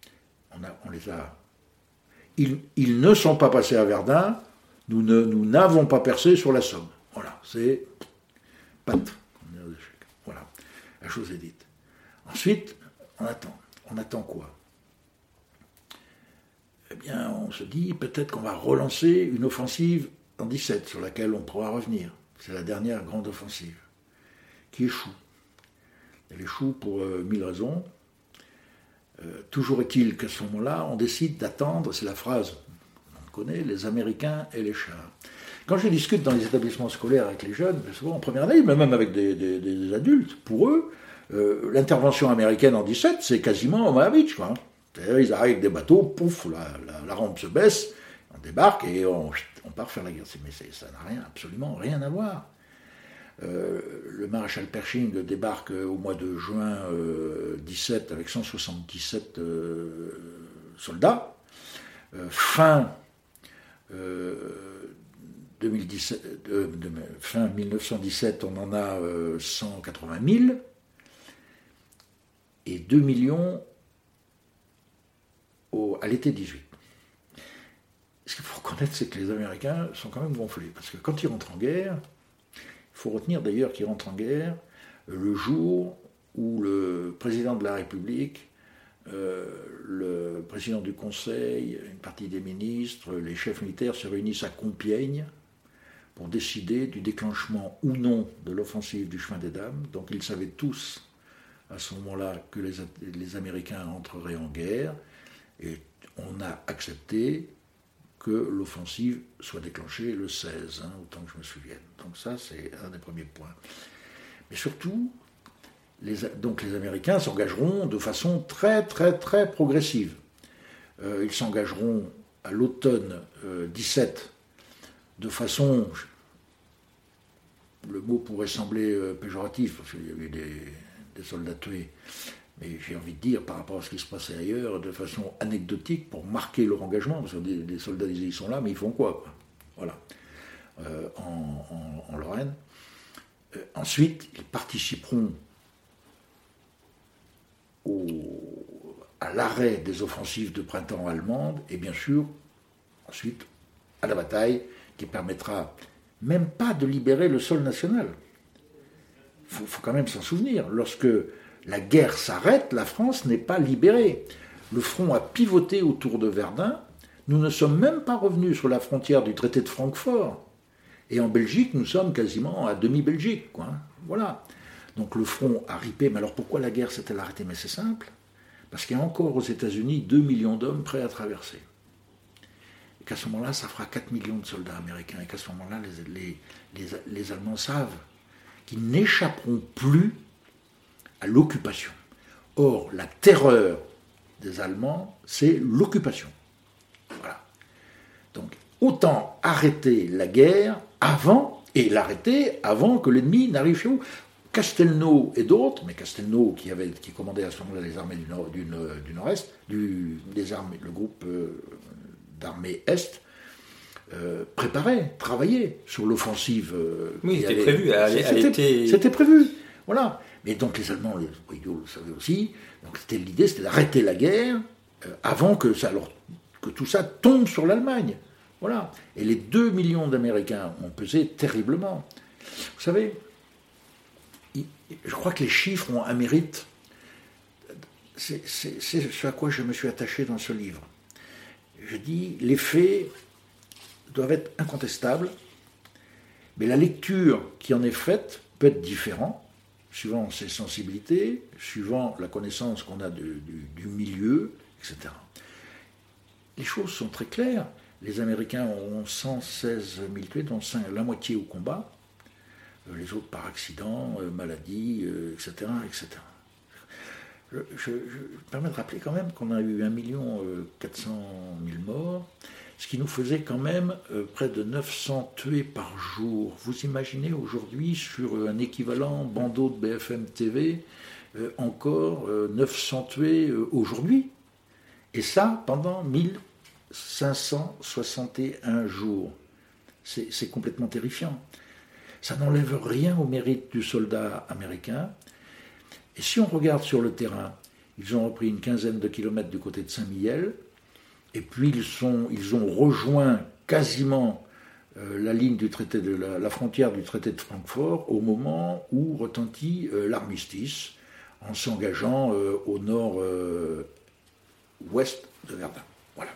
Speaker 3: On, a, on les a... Ils, ils ne sont pas passés à Verdun, nous, ne, nous n'avons pas percé sur la Somme. Voilà, c'est pâte. Voilà, la chose est dite. Ensuite, on attend. On attend quoi ? Eh bien, on se dit peut-être qu'on va relancer une offensive en dix-sept, sur laquelle on pourra revenir. C'est la dernière grande offensive, qui échoue. Elle échoue pour euh, mille raisons. Euh, toujours est-il qu'à ce moment-là, on décide d'attendre, c'est la phrase qu'on connaît, les Américains et les chars. Quand je discute dans les établissements scolaires avec les jeunes, souvent en première année, mais même avec des, des, des adultes, pour eux, Euh, l'intervention américaine en dix-sept, c'est quasiment Omaha Beach, quoi. C'est-à-dire, ils arrivent avec des bateaux, pouf, la, la, la rampe se baisse, on débarque et on, on part faire la guerre. Mais c'est, ça n'a rien, absolument rien à voir. Euh, le maréchal Pershing débarque au mois de juin euh, dix-sept avec cent soixante-dix-sept euh, soldats. Euh, fin, euh, deux mille dix-sept, euh, de, fin dix-neuf cent dix-sept, on en a euh, cent quatre-vingt mille. Et deux millions au, à l'été dix-huit. Ce qu'il faut reconnaître, c'est que les Américains sont quand même gonflés. Parce que quand ils rentrent en guerre, il faut retenir d'ailleurs qu'ils rentrent en guerre le jour où le président de la République, euh, le président du Conseil, une partie des ministres, les chefs militaires se réunissent à Compiègne pour décider du déclenchement ou non de l'offensive du chemin des Dames. Donc ils savaient tous à ce moment-là que les, les Américains entreraient en guerre, et on a accepté que l'offensive soit déclenchée le seize, hein, autant que je me souvienne. Donc ça, c'est un des premiers points. Mais surtout, les, donc les Américains s'engageront de façon très, très, très progressive. Euh, ils s'engageront à l'automne euh, dix-sept de façon... Le mot pourrait sembler euh, péjoratif, parce qu'il y avait des... des soldats tués, mais j'ai envie de dire, par rapport à ce qui se passait ailleurs, de façon anecdotique, pour marquer leur engagement, parce que des, des soldats disaient, ils sont là, mais ils font quoi, quoi. Voilà. Euh, en, en, en Lorraine. Euh, ensuite, ils participeront au, à l'arrêt des offensives de printemps allemandes, et bien sûr, ensuite, à la bataille, qui permettra même pas de libérer le sol national. Il faut, faut quand même s'en souvenir. Lorsque la guerre s'arrête, la France n'est pas libérée. Le front a pivoté autour de Verdun. Nous ne sommes même pas revenus sur la frontière du traité de Francfort. Et en Belgique, nous sommes quasiment à demi-Belgique, quoi. Voilà. Donc le front a ripé. Mais alors pourquoi la guerre s'est-elle arrêtée? Mais c'est simple. Parce qu'il y a encore aux États-Unis deux millions d'hommes prêts à traverser. Et qu'à ce moment-là, ça fera quatre millions de soldats américains. Et qu'à ce moment-là, les, les, les, les Allemands savent qu'ils n'échapperont plus à l'occupation. Or, la terreur des Allemands, c'est l'occupation. Voilà. Donc, autant arrêter la guerre avant, et l'arrêter avant que l'ennemi n'arrive chez vous. Castelnau et d'autres, mais Castelnau qui, avait, qui commandait à ce moment-là les armées du, nord, du, du Nord-Est, du, des armées, le groupe euh, d'armées Est, euh, préparait, travaillait sur l'offensive. Euh,
Speaker 2: oui, c'était prévu. Elle, elle
Speaker 3: c'était,
Speaker 2: était...
Speaker 3: c'était prévu. Voilà. Mais donc les Allemands, les idiots le savaient aussi. Donc c'était l'idée, c'était d'arrêter la guerre euh, avant que, ça leur, que tout ça tombe sur l'Allemagne. Voilà. Et les deux millions d'Américains ont pesé terriblement. Vous savez, je crois que les chiffres ont un mérite. C'est, c'est, c'est ce à quoi je me suis attaché dans ce livre. Je dis, les faits doivent être incontestables, mais la lecture qui en est faite peut être différente, suivant ses sensibilités, suivant la connaissance qu'on a de, du, du milieu, et cetera. Les choses sont très claires. Les Américains ont cent seize mille tués, dont la moitié au combat. Les autres par accident, euh, maladie, euh, et cetera, et cetera. Je, je, je me permets de rappeler quand même qu'on a eu un million quatre cent mille morts, ce qui nous faisait quand même euh, près de neuf cents tués par jour. Vous imaginez aujourd'hui, sur un équivalent bandeau de B F M T V, euh, encore euh, neuf cents tués euh, aujourd'hui. Et ça, pendant mille cinq cent soixante et un jours. C'est, c'est complètement terrifiant. Ça n'enlève rien au mérite du soldat américain. Et si on regarde sur le terrain, ils ont repris une quinzaine de kilomètres du côté de Saint-Mihiel, et puis ils, sont, ils ont rejoint quasiment euh, la ligne du traité de la, la frontière du traité de Francfort au moment où retentit euh, l'armistice, en s'engageant euh, au nord-ouest euh, de Verdun. Voilà.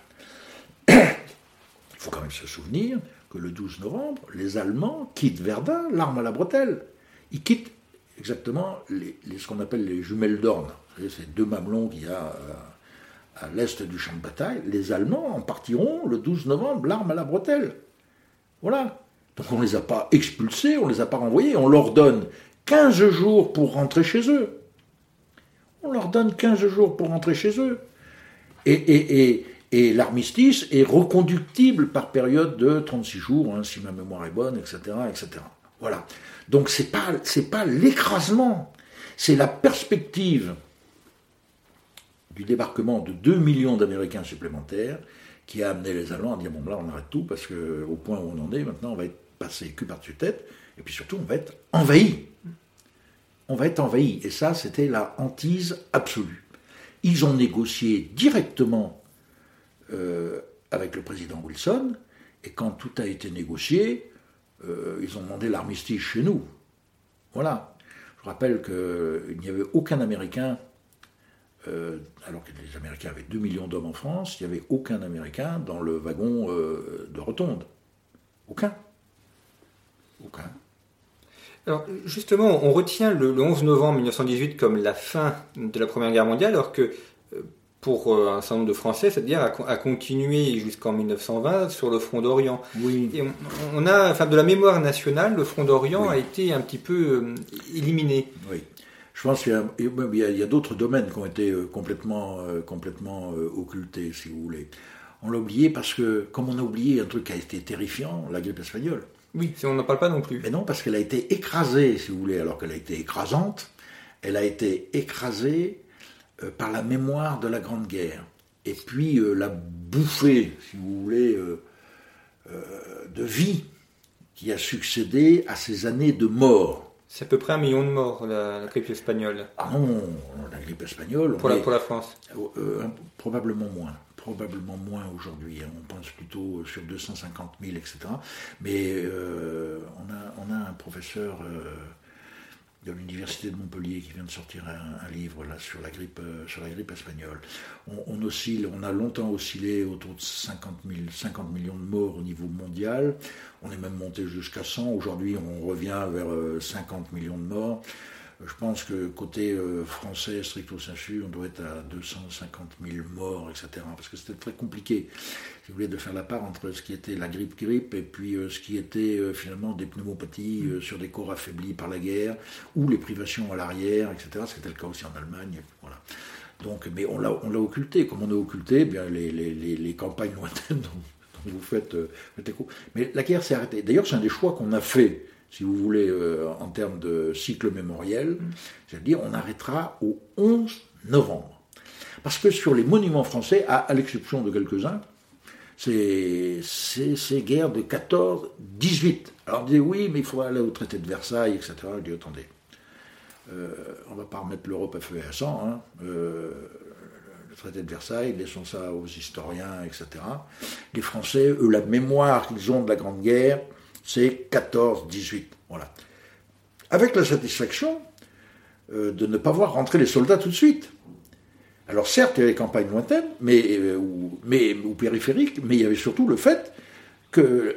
Speaker 3: Il faut quand même se souvenir que le douze novembre, les Allemands quittent Verdun, l'arme à la bretelle. Ils quittent exactement les, les, ce qu'on appelle les jumelles d'Orne. Ces deux mamelons qu'il y a à, à l'est du champ de bataille. Les Allemands en partiront le douze novembre, l'arme à la bretelle. Voilà. Donc on ne les a pas expulsés, on ne les a pas renvoyés. On leur donne quinze jours pour rentrer chez eux. On leur donne quinze jours pour rentrer chez eux. Et... et, et Et l'armistice est reconductible par période de trente-six jours, hein, si ma mémoire est bonne, et cetera, et cetera. Voilà. Donc c'est pas, c'est pas l'écrasement, c'est la perspective du débarquement de deux millions d'Américains supplémentaires qui a amené les Allemands à dire, bon là on arrête tout, parce qu'au point où on en est, maintenant on va être passé cul par-dessus tête, et puis surtout on va être envahi. On va être envahi. Et ça, c'était la hantise absolue. Ils ont négocié directement Euh, avec le président Wilson, et quand tout a été négocié, euh, ils ont demandé l'armistice chez nous. Voilà. Je rappelle qu'il n'y avait aucun Américain, euh, alors que les Américains avaient deux millions d'hommes en France, il n'y avait aucun Américain dans le wagon euh, de Rotonde. Aucun. Aucun.
Speaker 2: Alors justement, on retient le, le onze novembre mille neuf cent dix-huit comme la fin de la Première Guerre mondiale, alors que euh, pour un certain nombre de Français, cette guerre a, a continué jusqu'en mille neuf cent vingt sur le front d'Orient.
Speaker 3: Oui.
Speaker 2: Et on, on a, enfin, de la mémoire nationale, le front d'Orient
Speaker 3: oui.
Speaker 2: a été un petit peu euh, éliminé.
Speaker 3: Oui. Je pense qu'il y a, il y a, il y a d'autres domaines qui ont été complètement, euh, complètement euh, occultés, si vous voulez. On l'a oublié parce que, comme on a oublié un truc qui a été terrifiant, la grippe espagnole.
Speaker 2: Oui, on n'en parle pas non plus.
Speaker 3: Mais non, parce qu'elle a été écrasée, si vous voulez, alors qu'elle a été écrasante. Elle a été écrasée euh, par la mémoire de la Grande Guerre. Et puis euh, la bouffée, si vous voulez, euh, euh, de vie qui a succédé à ces années de mort.
Speaker 2: C'est à peu près un million de morts, la, la grippe espagnole.
Speaker 3: Ah non, la grippe espagnole...
Speaker 2: Pour, la, est, pour la France
Speaker 3: euh, Probablement moins. Probablement moins aujourd'hui. On pense plutôt sur deux cent cinquante mille, et cetera. Mais euh, on, a, on a un professeur... Euh, de l'université de Montpellier qui vient de sortir un, un livre là, sur, la grippe, euh, sur la grippe espagnole. On, on, oscille, on a longtemps oscillé autour de cinquante millions de morts au niveau mondial. On est même monté jusqu'à cent. Aujourd'hui, on revient vers euh, cinquante millions de morts. Je pense que côté euh, français, stricto sensu, on doit être à deux cent cinquante mille morts, et cetera. Parce que c'était très compliqué, si vous voulez, de faire la part entre ce qui était la grippe-grippe et puis euh, ce qui était euh, finalement des pneumopathies euh, sur des corps affaiblis par la guerre, ou les privations à l'arrière, et cetera. C'était le cas aussi en Allemagne. Voilà. Donc, mais on l'a, on l'a occulté. Comme on a occulté, eh bien, les, les, les, les campagnes lointaines dont, dont vous faites, euh, faites écho. Mais la guerre s'est arrêtée. D'ailleurs, c'est un des choix qu'on a fait, si vous voulez, euh, en termes de cycle mémoriel, c'est-à-dire on arrêtera au onze novembre. Parce que sur les monuments français, à, à l'exception de quelques-uns, c'est, c'est, c'est guerre de quatorze dix-huit. Alors on disait oui, mais il faut aller au traité de Versailles, et cetera. Je dis attendez, euh, on ne va pas remettre l'Europe à feu et à sang. Hein. Euh, le traité de Versailles, laissons ça aux historiens, et cetera. Les Français, eux, la mémoire qu'ils ont de la Grande Guerre, c'est quatorze dix-huit. Voilà. Avec la satisfaction euh, de ne pas voir rentrer les soldats tout de suite. Alors certes, il y avait les campagnes lointaines, mais, euh, ou, mais, ou périphériques, mais il y avait surtout le fait que,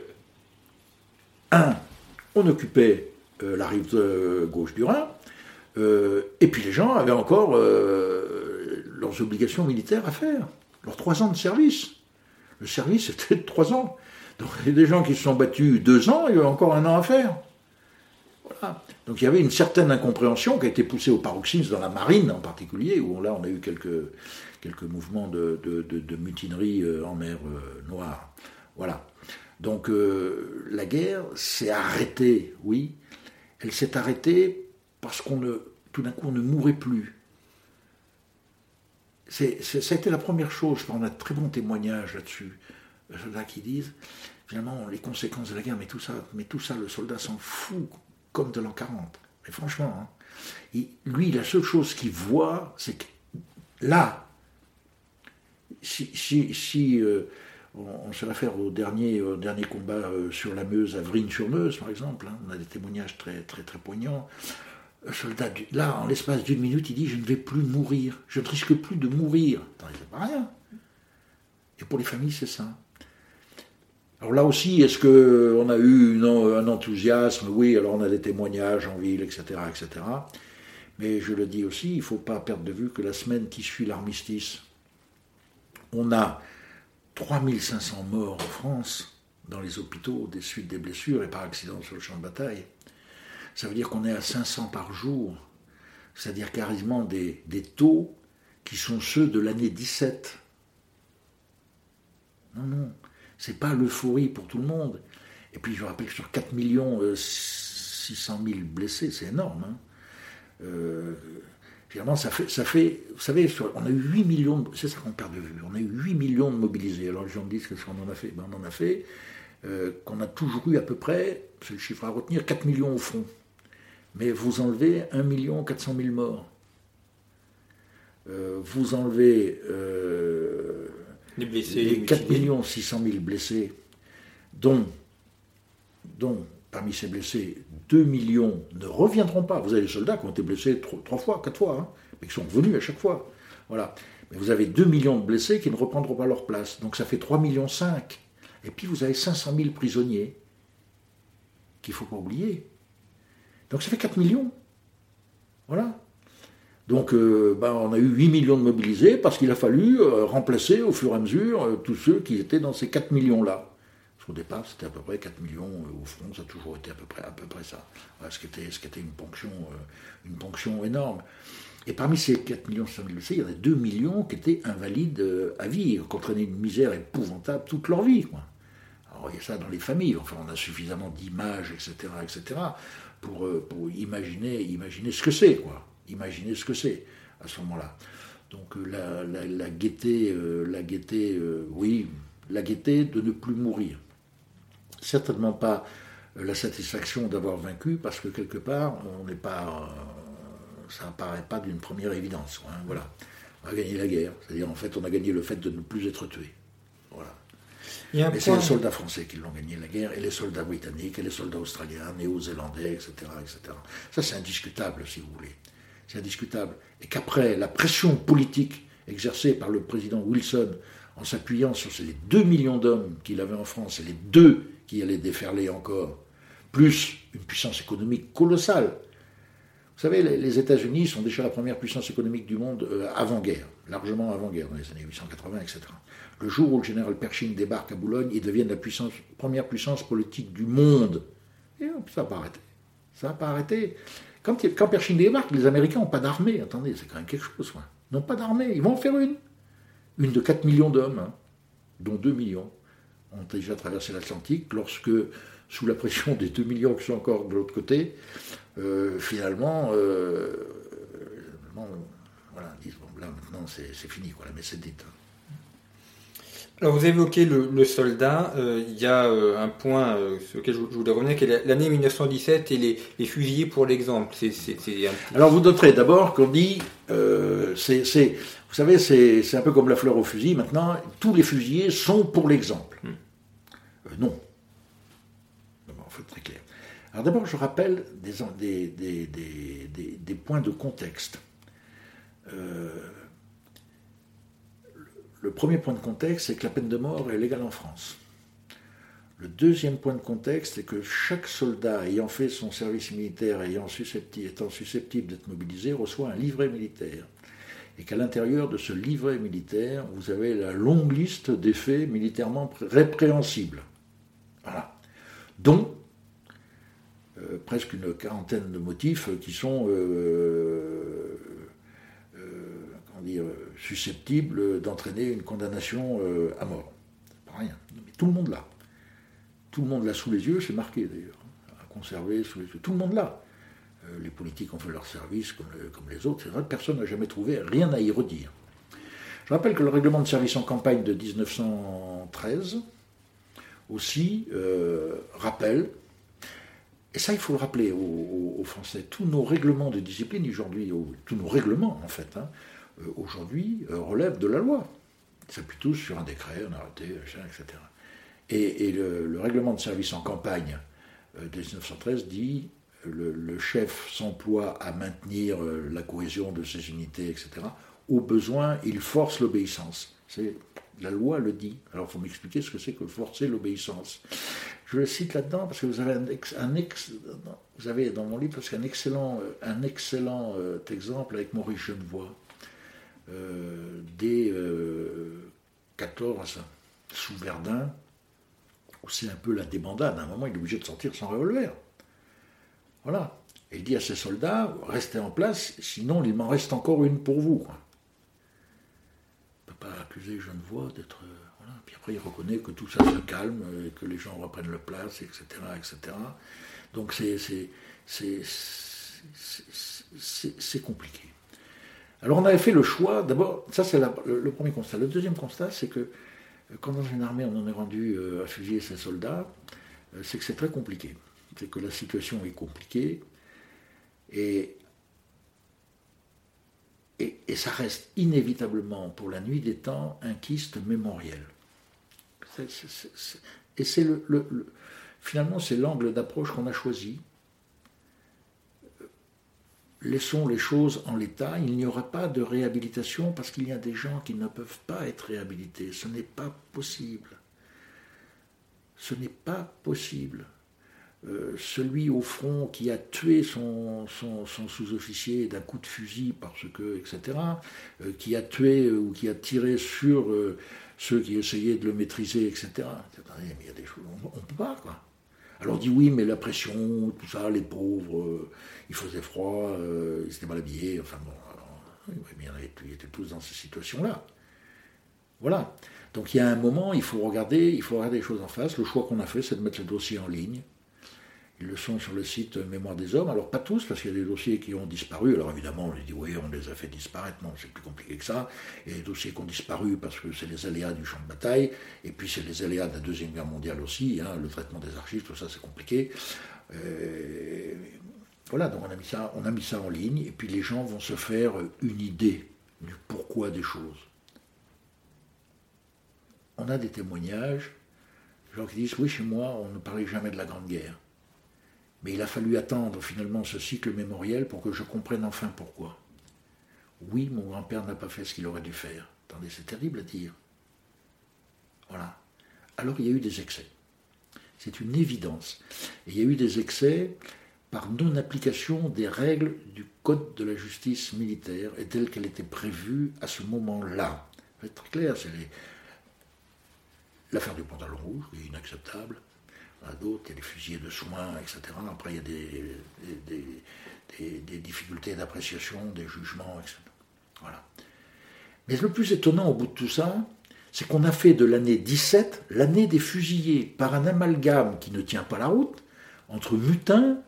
Speaker 3: un, on occupait euh, la rive euh, gauche du Rhin, euh, et puis les gens avaient encore euh, leurs obligations militaires à faire, leurs trois ans de service. Le service était de trois ans. Donc il y a des gens qui se sont battus deux ans, il y a encore un an à faire. Voilà. Donc il y avait une certaine incompréhension qui a été poussée au paroxysme dans la marine en particulier, où là on a eu quelques, quelques mouvements de, de, de, de mutinerie en mer Noire. Voilà. Donc euh, la guerre s'est arrêtée, oui. Elle s'est arrêtée parce qu'on ne, tout d'un coup on ne mourait plus. C'est, c'est, ça a été la première chose, on a de très bons témoignages là-dessus. Les soldats qui disent, finalement, les conséquences de la guerre, mais tout ça, mais tout ça le soldat s'en fout, comme de l'an quarante. Mais franchement, hein, il, lui, la seule chose qu'il voit, c'est que là, si, si, si euh, on, on se réfère au dernier, au dernier combat euh, sur la Meuse, à Vrigne-sur-Meuse, par exemple, hein, on a des témoignages très, très, très poignants. Le soldat, là, en l'espace d'une minute, il dit, je ne vais plus mourir, je ne risque plus de mourir. Attends, c'est pas rien. Et pour les familles, c'est ça. Alors là aussi, est-ce qu'on a eu une, un enthousiasme? Oui, alors on a des témoignages en ville, et cetera, et cetera. Mais je le dis aussi, il ne faut pas perdre de vue que la semaine qui suit l'armistice, on a trois mille cinq cents morts en France, dans les hôpitaux, des suites des blessures et par accident sur le champ de bataille. Ça veut dire qu'on est à cinq cents par jour. C'est-à-dire quasiment des, des taux qui sont ceux de l'année dix-sept. Non, non. C'est pas l'euphorie pour tout le monde. Et puis je vous rappelle que sur quatre millions six cent mille blessés, c'est énorme. Hein. Euh, finalement, ça fait, ça fait, vous savez, sur, on a eu huit millions, de, c'est ça qu'on perd de vue, on a eu huit millions de mobilisés. Alors les gens me disent qu'est-ce qu'on en a fait? Ben, on en a fait, euh, qu'on a toujours eu à peu près, c'est le chiffre à retenir, quatre millions au front. Mais vous enlevez un million quatre cent mille morts. Euh, vous enlevez... Euh,
Speaker 2: Les blessés,
Speaker 3: les quatre millions six cent mille blessés, dont, dont, parmi ces blessés, deux millions ne reviendront pas. Vous avez des soldats qui ont été blessés trois, trois fois, quatre fois, hein, mais qui sont revenus à chaque fois. Voilà. Mais vous avez deux millions de blessés qui ne reprendront pas leur place. Donc ça fait trois virgule cinq millions. Et puis vous avez cinq cent mille prisonniers qu'il ne faut pas oublier. Donc ça fait quatre millions. Voilà. Donc, euh, ben, on a eu huit millions de mobilisés parce qu'il a fallu euh, remplacer au fur et à mesure euh, tous ceux qui étaient dans ces quatre millions-là. Parce qu'au départ, c'était à peu près quatre millions euh, au front, ça a toujours été à peu près, à peu près ça. Voilà, ce, qui était, ce qui était une ponction, euh, une ponction énorme. Et parmi ces quatre millions cinq cent mille blessés, il y en a deux millions qui étaient invalides euh, à vie, qui entraînaient une misère épouvantable toute leur vie, quoi. Alors, il y a ça dans les familles, enfin, on a suffisamment d'images, et cetera, et cetera, pour, euh, pour imaginer, imaginer ce que c'est, quoi. Imaginez ce que c'est à ce moment-là. Donc la, la, la gaieté, euh, la gaieté euh, oui, la gaieté de ne plus mourir. Certainement pas euh, la satisfaction d'avoir vaincu, parce que quelque part, on n'est pas, euh, ça apparaît pas d'une première évidence. Hein, voilà, on a gagné la guerre, c'est-à-dire en fait, on a gagné le fait de ne plus être tué. Voilà. Mais point... c'est les soldats français qui l'ont gagné la guerre, et les soldats britanniques, et les soldats australiens, néo-zélandais, et cetera, et cetera. Ça, c'est indiscutable, si vous voulez. C'est indiscutable. Et qu'après, la pression politique exercée par le président Wilson, en s'appuyant sur ces deux millions d'hommes qu'il avait en France, et les deux qui allaient déferler encore, plus une puissance économique colossale. Vous savez, les États-Unis sont déjà la première puissance économique du monde euh, avant-guerre, largement avant-guerre, dans les années huit cent quatre-vingts, et cetera. Le jour où le général Pershing débarque à Boulogne, ils deviennent la puissance, première puissance politique du monde. Et ça n'a pas arrêté. Ça n'a pas arrêté. Quand, quand Pershing débarque, les Américains n'ont pas d'armée. Attendez, c'est quand même quelque chose. Quoi. Ils n'ont pas d'armée. Ils vont en faire une. Une de quatre millions d'hommes, hein, dont deux millions ont déjà traversé l'Atlantique, lorsque, sous la pression des deux millions qui sont encore de l'autre côté, euh, finalement, euh, bon, voilà, ils disent, bon, là, maintenant, c'est, c'est fini, quoi, la messe est dite.
Speaker 2: Alors vous évoquez le, le soldat, euh, il y a euh, un point euh, sur lequel je, je voudrais revenir, qui est l'année mille neuf cent dix-sept et les, les fusillés pour l'exemple. C'est, c'est, c'est un petit...
Speaker 3: Alors vous noterez d'abord qu'on dit, euh, c'est, c'est, vous savez, c'est, c'est un peu comme la fleur au fusil, maintenant, tous les fusillés sont pour l'exemple. Hmm. Euh, non. Il faut être très clair. Alors d'abord, je rappelle des, des, des, des, des, des points de contexte. Euh, Le premier point de contexte, c'est que la peine de mort est légale en France. Le deuxième point de contexte, c'est que chaque soldat ayant fait son service militaire, ayant susceptible, étant susceptible d'être mobilisé, reçoit un livret militaire. Et qu'à l'intérieur de ce livret militaire, vous avez la longue liste des faits militairement répréhensibles. Voilà. Dont euh, presque une quarantaine de motifs qui sont... Euh, Dire, susceptible d'entraîner une condamnation euh, à mort. C'est pas rien. Mais tout le monde l'a. Tout le monde l'a sous les yeux, c'est marqué d'ailleurs. À conserver sous les yeux. Tout le monde l'a. Euh, les politiques ont fait leur service comme, le, comme les autres. C'est vrai que personne n'a jamais trouvé rien à y redire. Je rappelle que le règlement de service en campagne de dix-neuf cent treize aussi euh, rappelle, et ça il faut le rappeler aux, aux, aux Français, tous nos règlements de discipline aujourd'hui, tous nos règlements en fait, hein, aujourd'hui, euh, relève de la loi. Ça s'appuie tous sur un décret, un arrêté, et cetera. Et, et le, le règlement de service en campagne euh, de dix-neuf cent treize dit le, le chef s'emploie à maintenir euh, la cohésion de ses unités, et cetera. Au besoin, il force l'obéissance. C'est, la loi le dit. Alors, il faut m'expliquer ce que c'est que forcer l'obéissance. Je le cite là-dedans parce que vous avez un, ex, un ex, vous avez dans mon livre parce qu'un excellent, un excellent euh, exemple avec Maurice Genevoix. Euh, dès euh, quatorze, sous Verdun, où c'est un peu la débandade. À un moment, il est obligé de sortir son revolver. Voilà. Et il dit à ses soldats, restez en place, sinon il m'en reste encore une pour vous. Quoi. On ne peut pas accuser Genevoix d'être... Euh, voilà. Puis après, il reconnaît que tout ça se calme, et que les gens reprennent leur place, et cetera, et cetera. Donc c'est, c'est, c'est, c'est, c'est, c'est compliqué. Alors on avait fait le choix, d'abord, ça c'est la, le, le premier constat. Le deuxième constat, c'est que quand dans une armée on en est rendu euh, à fusiller ses soldats, euh, c'est que c'est très compliqué. C'est que la situation est compliquée et, et, et ça reste inévitablement pour la nuit des temps un kyste mémoriel. C'est, c'est, c'est, c'est, et c'est le, le, le, finalement c'est l'angle d'approche qu'on a choisi. Laissons les choses en l'état, il n'y aura pas de réhabilitation parce qu'il y a des gens qui ne peuvent pas être réhabilités. Ce n'est pas possible. Ce n'est pas possible. Euh, celui au front qui a tué son, son, son sous-officier d'un coup de fusil parce que, et cetera, euh, qui a tué euh, ou qui a tiré sur euh, ceux qui essayaient de le maîtriser, et cetera. Mais il y a des choses, on ne peut pas, quoi. Alors on dit oui, mais la pression, tout ça, les pauvres, euh, il faisait froid, euh, ils étaient mal habillés, enfin bon, alors, oui, mais ils étaient tous dans ces situations-là. Voilà. Donc il y a un moment, il faut regarder, il faut regarder les choses en face. Le choix qu'on a fait, c'est de mettre le dossier en ligne. Ils le sont sur le site Mémoire des Hommes. Alors pas tous, parce qu'il y a des dossiers qui ont disparu. Alors évidemment, on dit oui, on les a fait disparaître. Non, c'est plus compliqué que ça. Il y a des dossiers qui ont disparu parce que c'est les aléas du champ de bataille. Et puis c'est les aléas de la Deuxième Guerre mondiale aussi. Hein, le traitement des archives, tout ça, c'est compliqué. Euh, voilà, donc on a mis ça, on a mis ça en ligne. Et puis les gens vont se faire une idée du pourquoi des choses. On a des témoignages gens qui disent, oui, chez moi, on ne parlait jamais de la Grande Guerre. Mais il a fallu attendre finalement ce cycle mémoriel pour que je comprenne enfin pourquoi. Oui, mon grand-père n'a pas fait ce qu'il aurait dû faire. Attendez, c'est terrible à dire. Voilà. Alors il y a eu des excès. C'est une évidence. Et il y a eu des excès par non-application des règles du Code de la justice militaire et telle qu'elle était prévue à ce moment-là. C'est très clair, c'est les... l'affaire du pantalon rouge, qui est inacceptable. Il y en a d'autres, il y a les fusillés de soins, et cetera. Après, il y a des, des, des, des difficultés d'appréciation, des jugements, et cetera. Voilà. Mais le plus étonnant au bout de tout ça, c'est qu'on a fait de l'année dix-sept l'année des fusillés, par un amalgame qui ne tient pas la route, entre mutins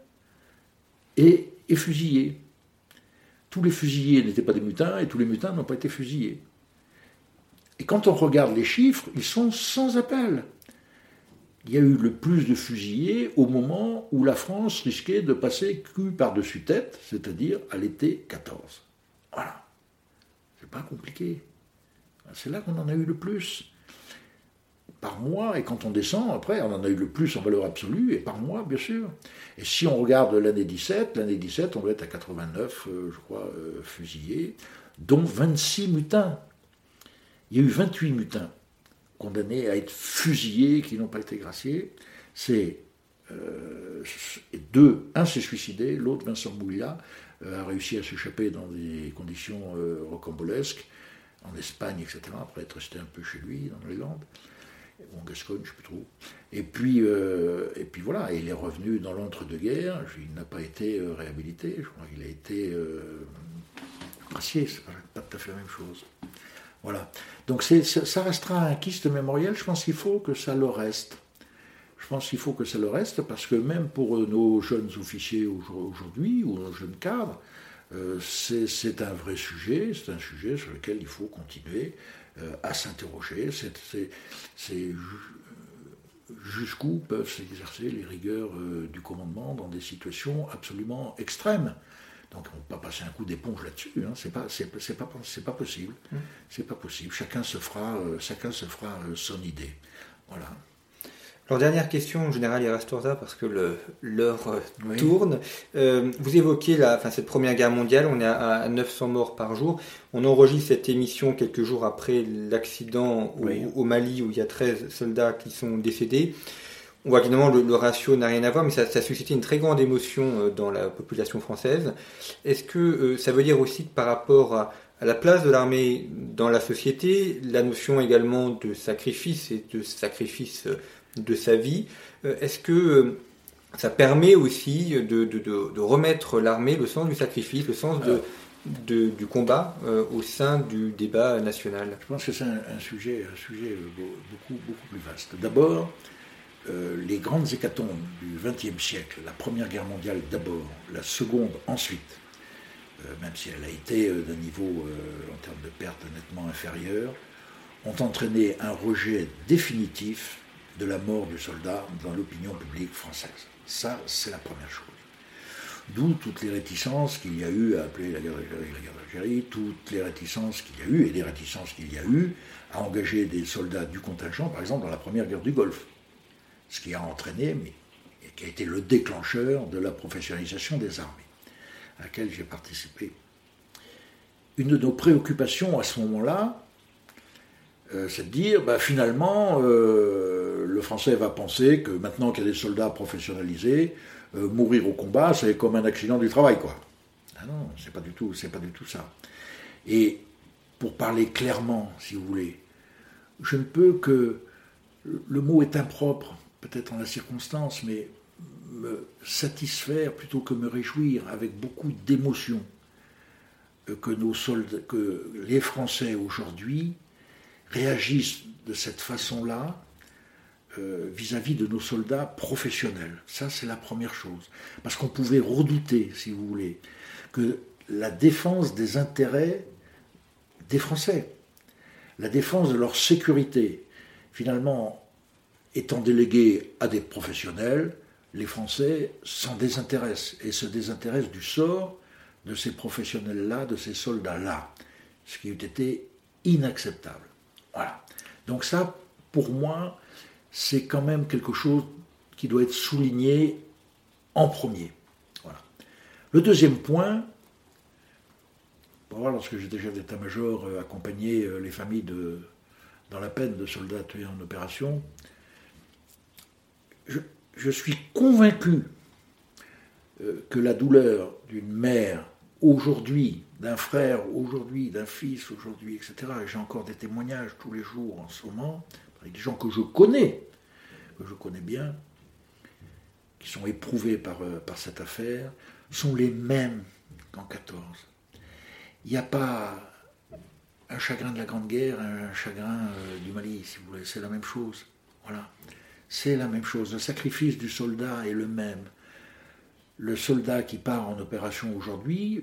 Speaker 3: et, et fusillés. Tous les fusillés n'étaient pas des mutins, et tous les mutins n'ont pas été fusillés. Et quand on regarde les chiffres, ils sont sans appel. Il y a eu le plus de fusillés au moment où la France risquait de passer cul par-dessus tête, c'est-à-dire à l'été quatorze. Voilà. C'est pas compliqué. C'est là qu'on en a eu le plus. Par mois, et quand on descend, après, on en a eu le plus en valeur absolue, et par mois, bien sûr. Et si on regarde l'année dix-sept, l'année dix-sept, on doit être à quatre-vingt-neuf, euh, je crois, euh, fusillés, dont vingt-six mutins. Il y a eu vingt-huit mutins condamnés à être fusillés, qui n'ont pas été graciés. C'est euh, deux, un s'est suicidé, l'autre, Vincent Mouilla, euh, a réussi à s'échapper dans des conditions euh, rocambolesques, en Espagne, et cetera, après être resté un peu chez lui, dans les Landes, ou en Gascogne, je ne sais plus trop. Et puis, euh, et puis voilà, il est revenu dans l'entre-deux-guerres, il n'a pas été euh, réhabilité, je crois qu'il a été euh, gracié, c'est pas, pas tout à fait la même chose. Voilà. Donc c'est, ça restera un kyste mémoriel, je pense qu'il faut que ça le reste. Je pense qu'il faut que ça le reste, parce que même pour nos jeunes officiers aujourd'hui, ou nos jeunes cadres, euh, c'est, c'est un vrai sujet, c'est un sujet sur lequel il faut continuer euh, à s'interroger. C'est, c'est, c'est jusqu'où peuvent s'exercer les rigueurs euh, du commandement dans des situations absolument extrêmes. Donc on ne peut pas passer un coup d'éponge là-dessus, hein. c'est pas, c'est, c'est pas, c'est pas possible. Mmh. C'est pas possible. Chacun se fera, euh, chacun se fera euh, son idée. Voilà.
Speaker 2: Alors, dernière question, général Irastorza, parce que le, l'heure euh, oui. tourne. Euh, vous évoquez la, enfin, cette Première Guerre mondiale, on est à, à neuf cents morts par jour. On enregistre cette émission quelques jours après l'accident au, oui. au Mali, où il y a treize soldats qui sont décédés. On voit évidemment le, le ratio n'a rien à voir, mais ça, ça a suscité une très grande émotion dans la population française. Est-ce que euh, ça veut dire aussi que par rapport à, à la place de l'armée dans la société, la notion également de sacrifice et de sacrifice de sa vie, euh, est-ce que euh, ça permet aussi de, de, de, de remettre l'armée le sens du sacrifice, le sens de, de, du combat euh, au sein du débat national ?
Speaker 3: Je pense que c'est un, un sujet, un sujet beaucoup, beaucoup plus vaste. D'abord, Euh, les grandes hécatombes du vingtième siècle, la Première Guerre mondiale d'abord, la Seconde ensuite, euh, même si elle a été euh, d'un niveau euh, en termes de pertes nettement inférieur, ont entraîné un rejet définitif de la mort du soldat dans l'opinion publique française. Ça, c'est la première chose. D'où toutes les réticences qu'il y a eu à appeler la guerre d'Algérie, la guerre d'Algérie, toutes les réticences qu'il y a eu, et les réticences qu'il y a eu à engager des soldats du contingent, par exemple dans la Première Guerre du Golfe. Ce qui a entraîné, mais qui a été le déclencheur de la professionnalisation des armées, à laquelle j'ai participé. Une de nos préoccupations à ce moment-là, euh, c'est de dire, bah, finalement, euh, le Français va penser que maintenant qu'il y a des soldats professionnalisés, euh, mourir au combat, c'est comme un accident du travail, quoi. Ah non, c'est pas du tout, c'est pas du tout ça. Et pour parler clairement, si vous voulez, je ne peux que, le mot est impropre, peut-être en la circonstance, mais me satisfaire plutôt que me réjouir avec beaucoup d'émotion que nos soldats, que les Français aujourd'hui réagissent de cette façon-là euh, vis-à-vis de nos soldats professionnels. Ça, c'est la première chose. Parce qu'on pouvait redouter, si vous voulez, que la défense des intérêts des Français, la défense de leur sécurité, finalement, étant délégués à des professionnels, les Français s'en désintéressent et se désintéressent du sort de ces professionnels-là, de ces soldats-là, ce qui eût été inacceptable. Voilà. Donc ça, pour moi, c'est quand même quelque chose qui doit être souligné en premier. Voilà. Le deuxième point, pour voir, lorsque j'étais chef d'état-major, euh, accompagner euh, les familles de, dans la peine de soldats tués en opération, je, je suis convaincu euh, que la douleur d'une mère aujourd'hui, d'un frère aujourd'hui, d'un fils aujourd'hui, et cetera, et j'ai encore des témoignages tous les jours en ce moment, avec des gens que je connais, que je connais bien, qui sont éprouvés par, euh, par cette affaire, sont les mêmes qu'en quatorze. Il n'y a pas un chagrin de la Grande Guerre, un chagrin euh, du Mali, si vous voulez, c'est la même chose. Voilà, c'est la même chose. Le sacrifice du soldat est le même. Le soldat qui part en opération aujourd'hui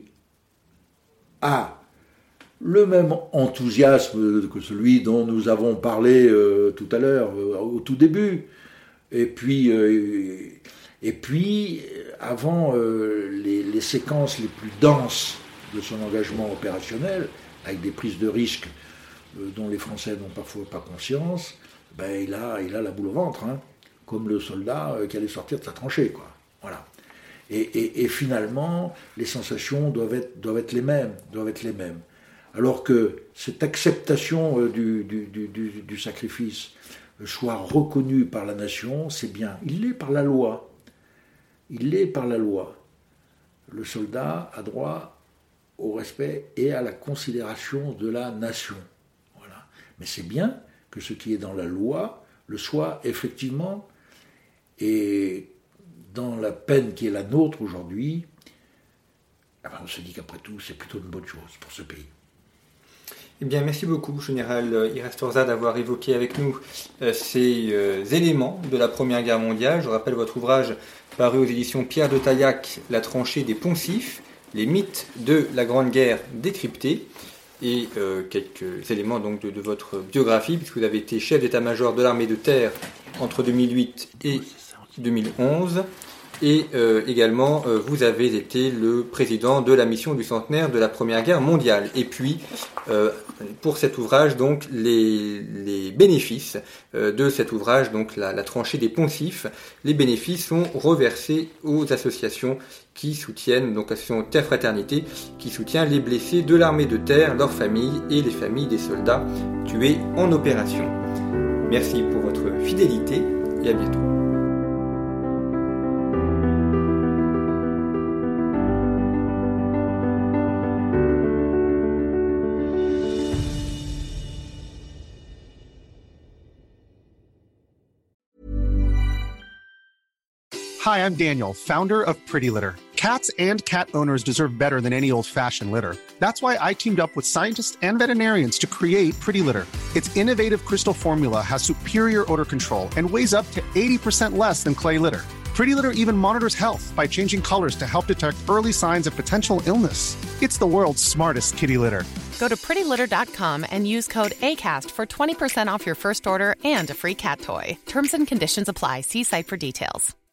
Speaker 3: a le même enthousiasme que celui dont nous avons parlé euh, tout à l'heure, euh, au tout début. Et puis, euh, et puis avant euh, les, les séquences les plus denses de son engagement opérationnel, avec des prises de risques euh, dont les Français n'ont parfois pas conscience, ben, il a, il a la boule au ventre, hein, comme le soldat euh, qui allait sortir de sa tranchée, quoi. Voilà. Et, et, et finalement, les sensations doivent être, doivent être les mêmes, doivent être les mêmes. Alors que cette acceptation euh, du, du, du, du, du sacrifice euh, soit reconnue par la nation, c'est bien. Il l'est par la loi. Il l'est par la loi. Le soldat a droit au respect et à la considération de la nation. Voilà. Mais c'est bien que ce qui est dans la loi le soit effectivement, et dans la peine qui est la nôtre aujourd'hui, eh ben on se dit qu'après tout, c'est plutôt une bonne chose pour ce pays.
Speaker 2: Eh bien, merci beaucoup, Général Iraztorza, d'avoir évoqué avec nous euh, ces euh, éléments de la Première Guerre mondiale. Je rappelle votre ouvrage paru aux éditions Pierre de Taillac, La tranchée des poncifs, les mythes de la Grande Guerre décryptés, et euh, quelques éléments donc de, de votre biographie, puisque vous avez été chef d'état-major de l'armée de terre entre deux mille huit et deux mille onze. Et euh, également, euh, vous avez été le président de la mission du centenaire de la Première Guerre mondiale. Et puis, euh, pour cet ouvrage, donc, les, les bénéfices euh, de cet ouvrage, donc la, la tranchée des poncifs, les bénéfices sont reversés aux associations qui soutiennent, donc l'association Terre Fraternité, qui soutient les blessés de l'armée de terre, leurs familles et les familles des soldats tués en opération. Merci pour votre fidélité et à bientôt.
Speaker 4: Hi, I'm Daniel, founder of Pretty Litter. Cats and cat owners deserve better than any old-fashioned litter. That's why I teamed up with scientists and veterinarians to create Pretty Litter. Its innovative crystal formula has superior odor control and weighs up to eighty percent less than clay litter. Pretty Litter even monitors health by changing colors to help detect early signs of potential illness. It's the world's smartest kitty litter.
Speaker 5: Go to pretty litter dot com and use code ACAST for twenty percent off your first order and a free cat toy. Terms and conditions apply. See site for details.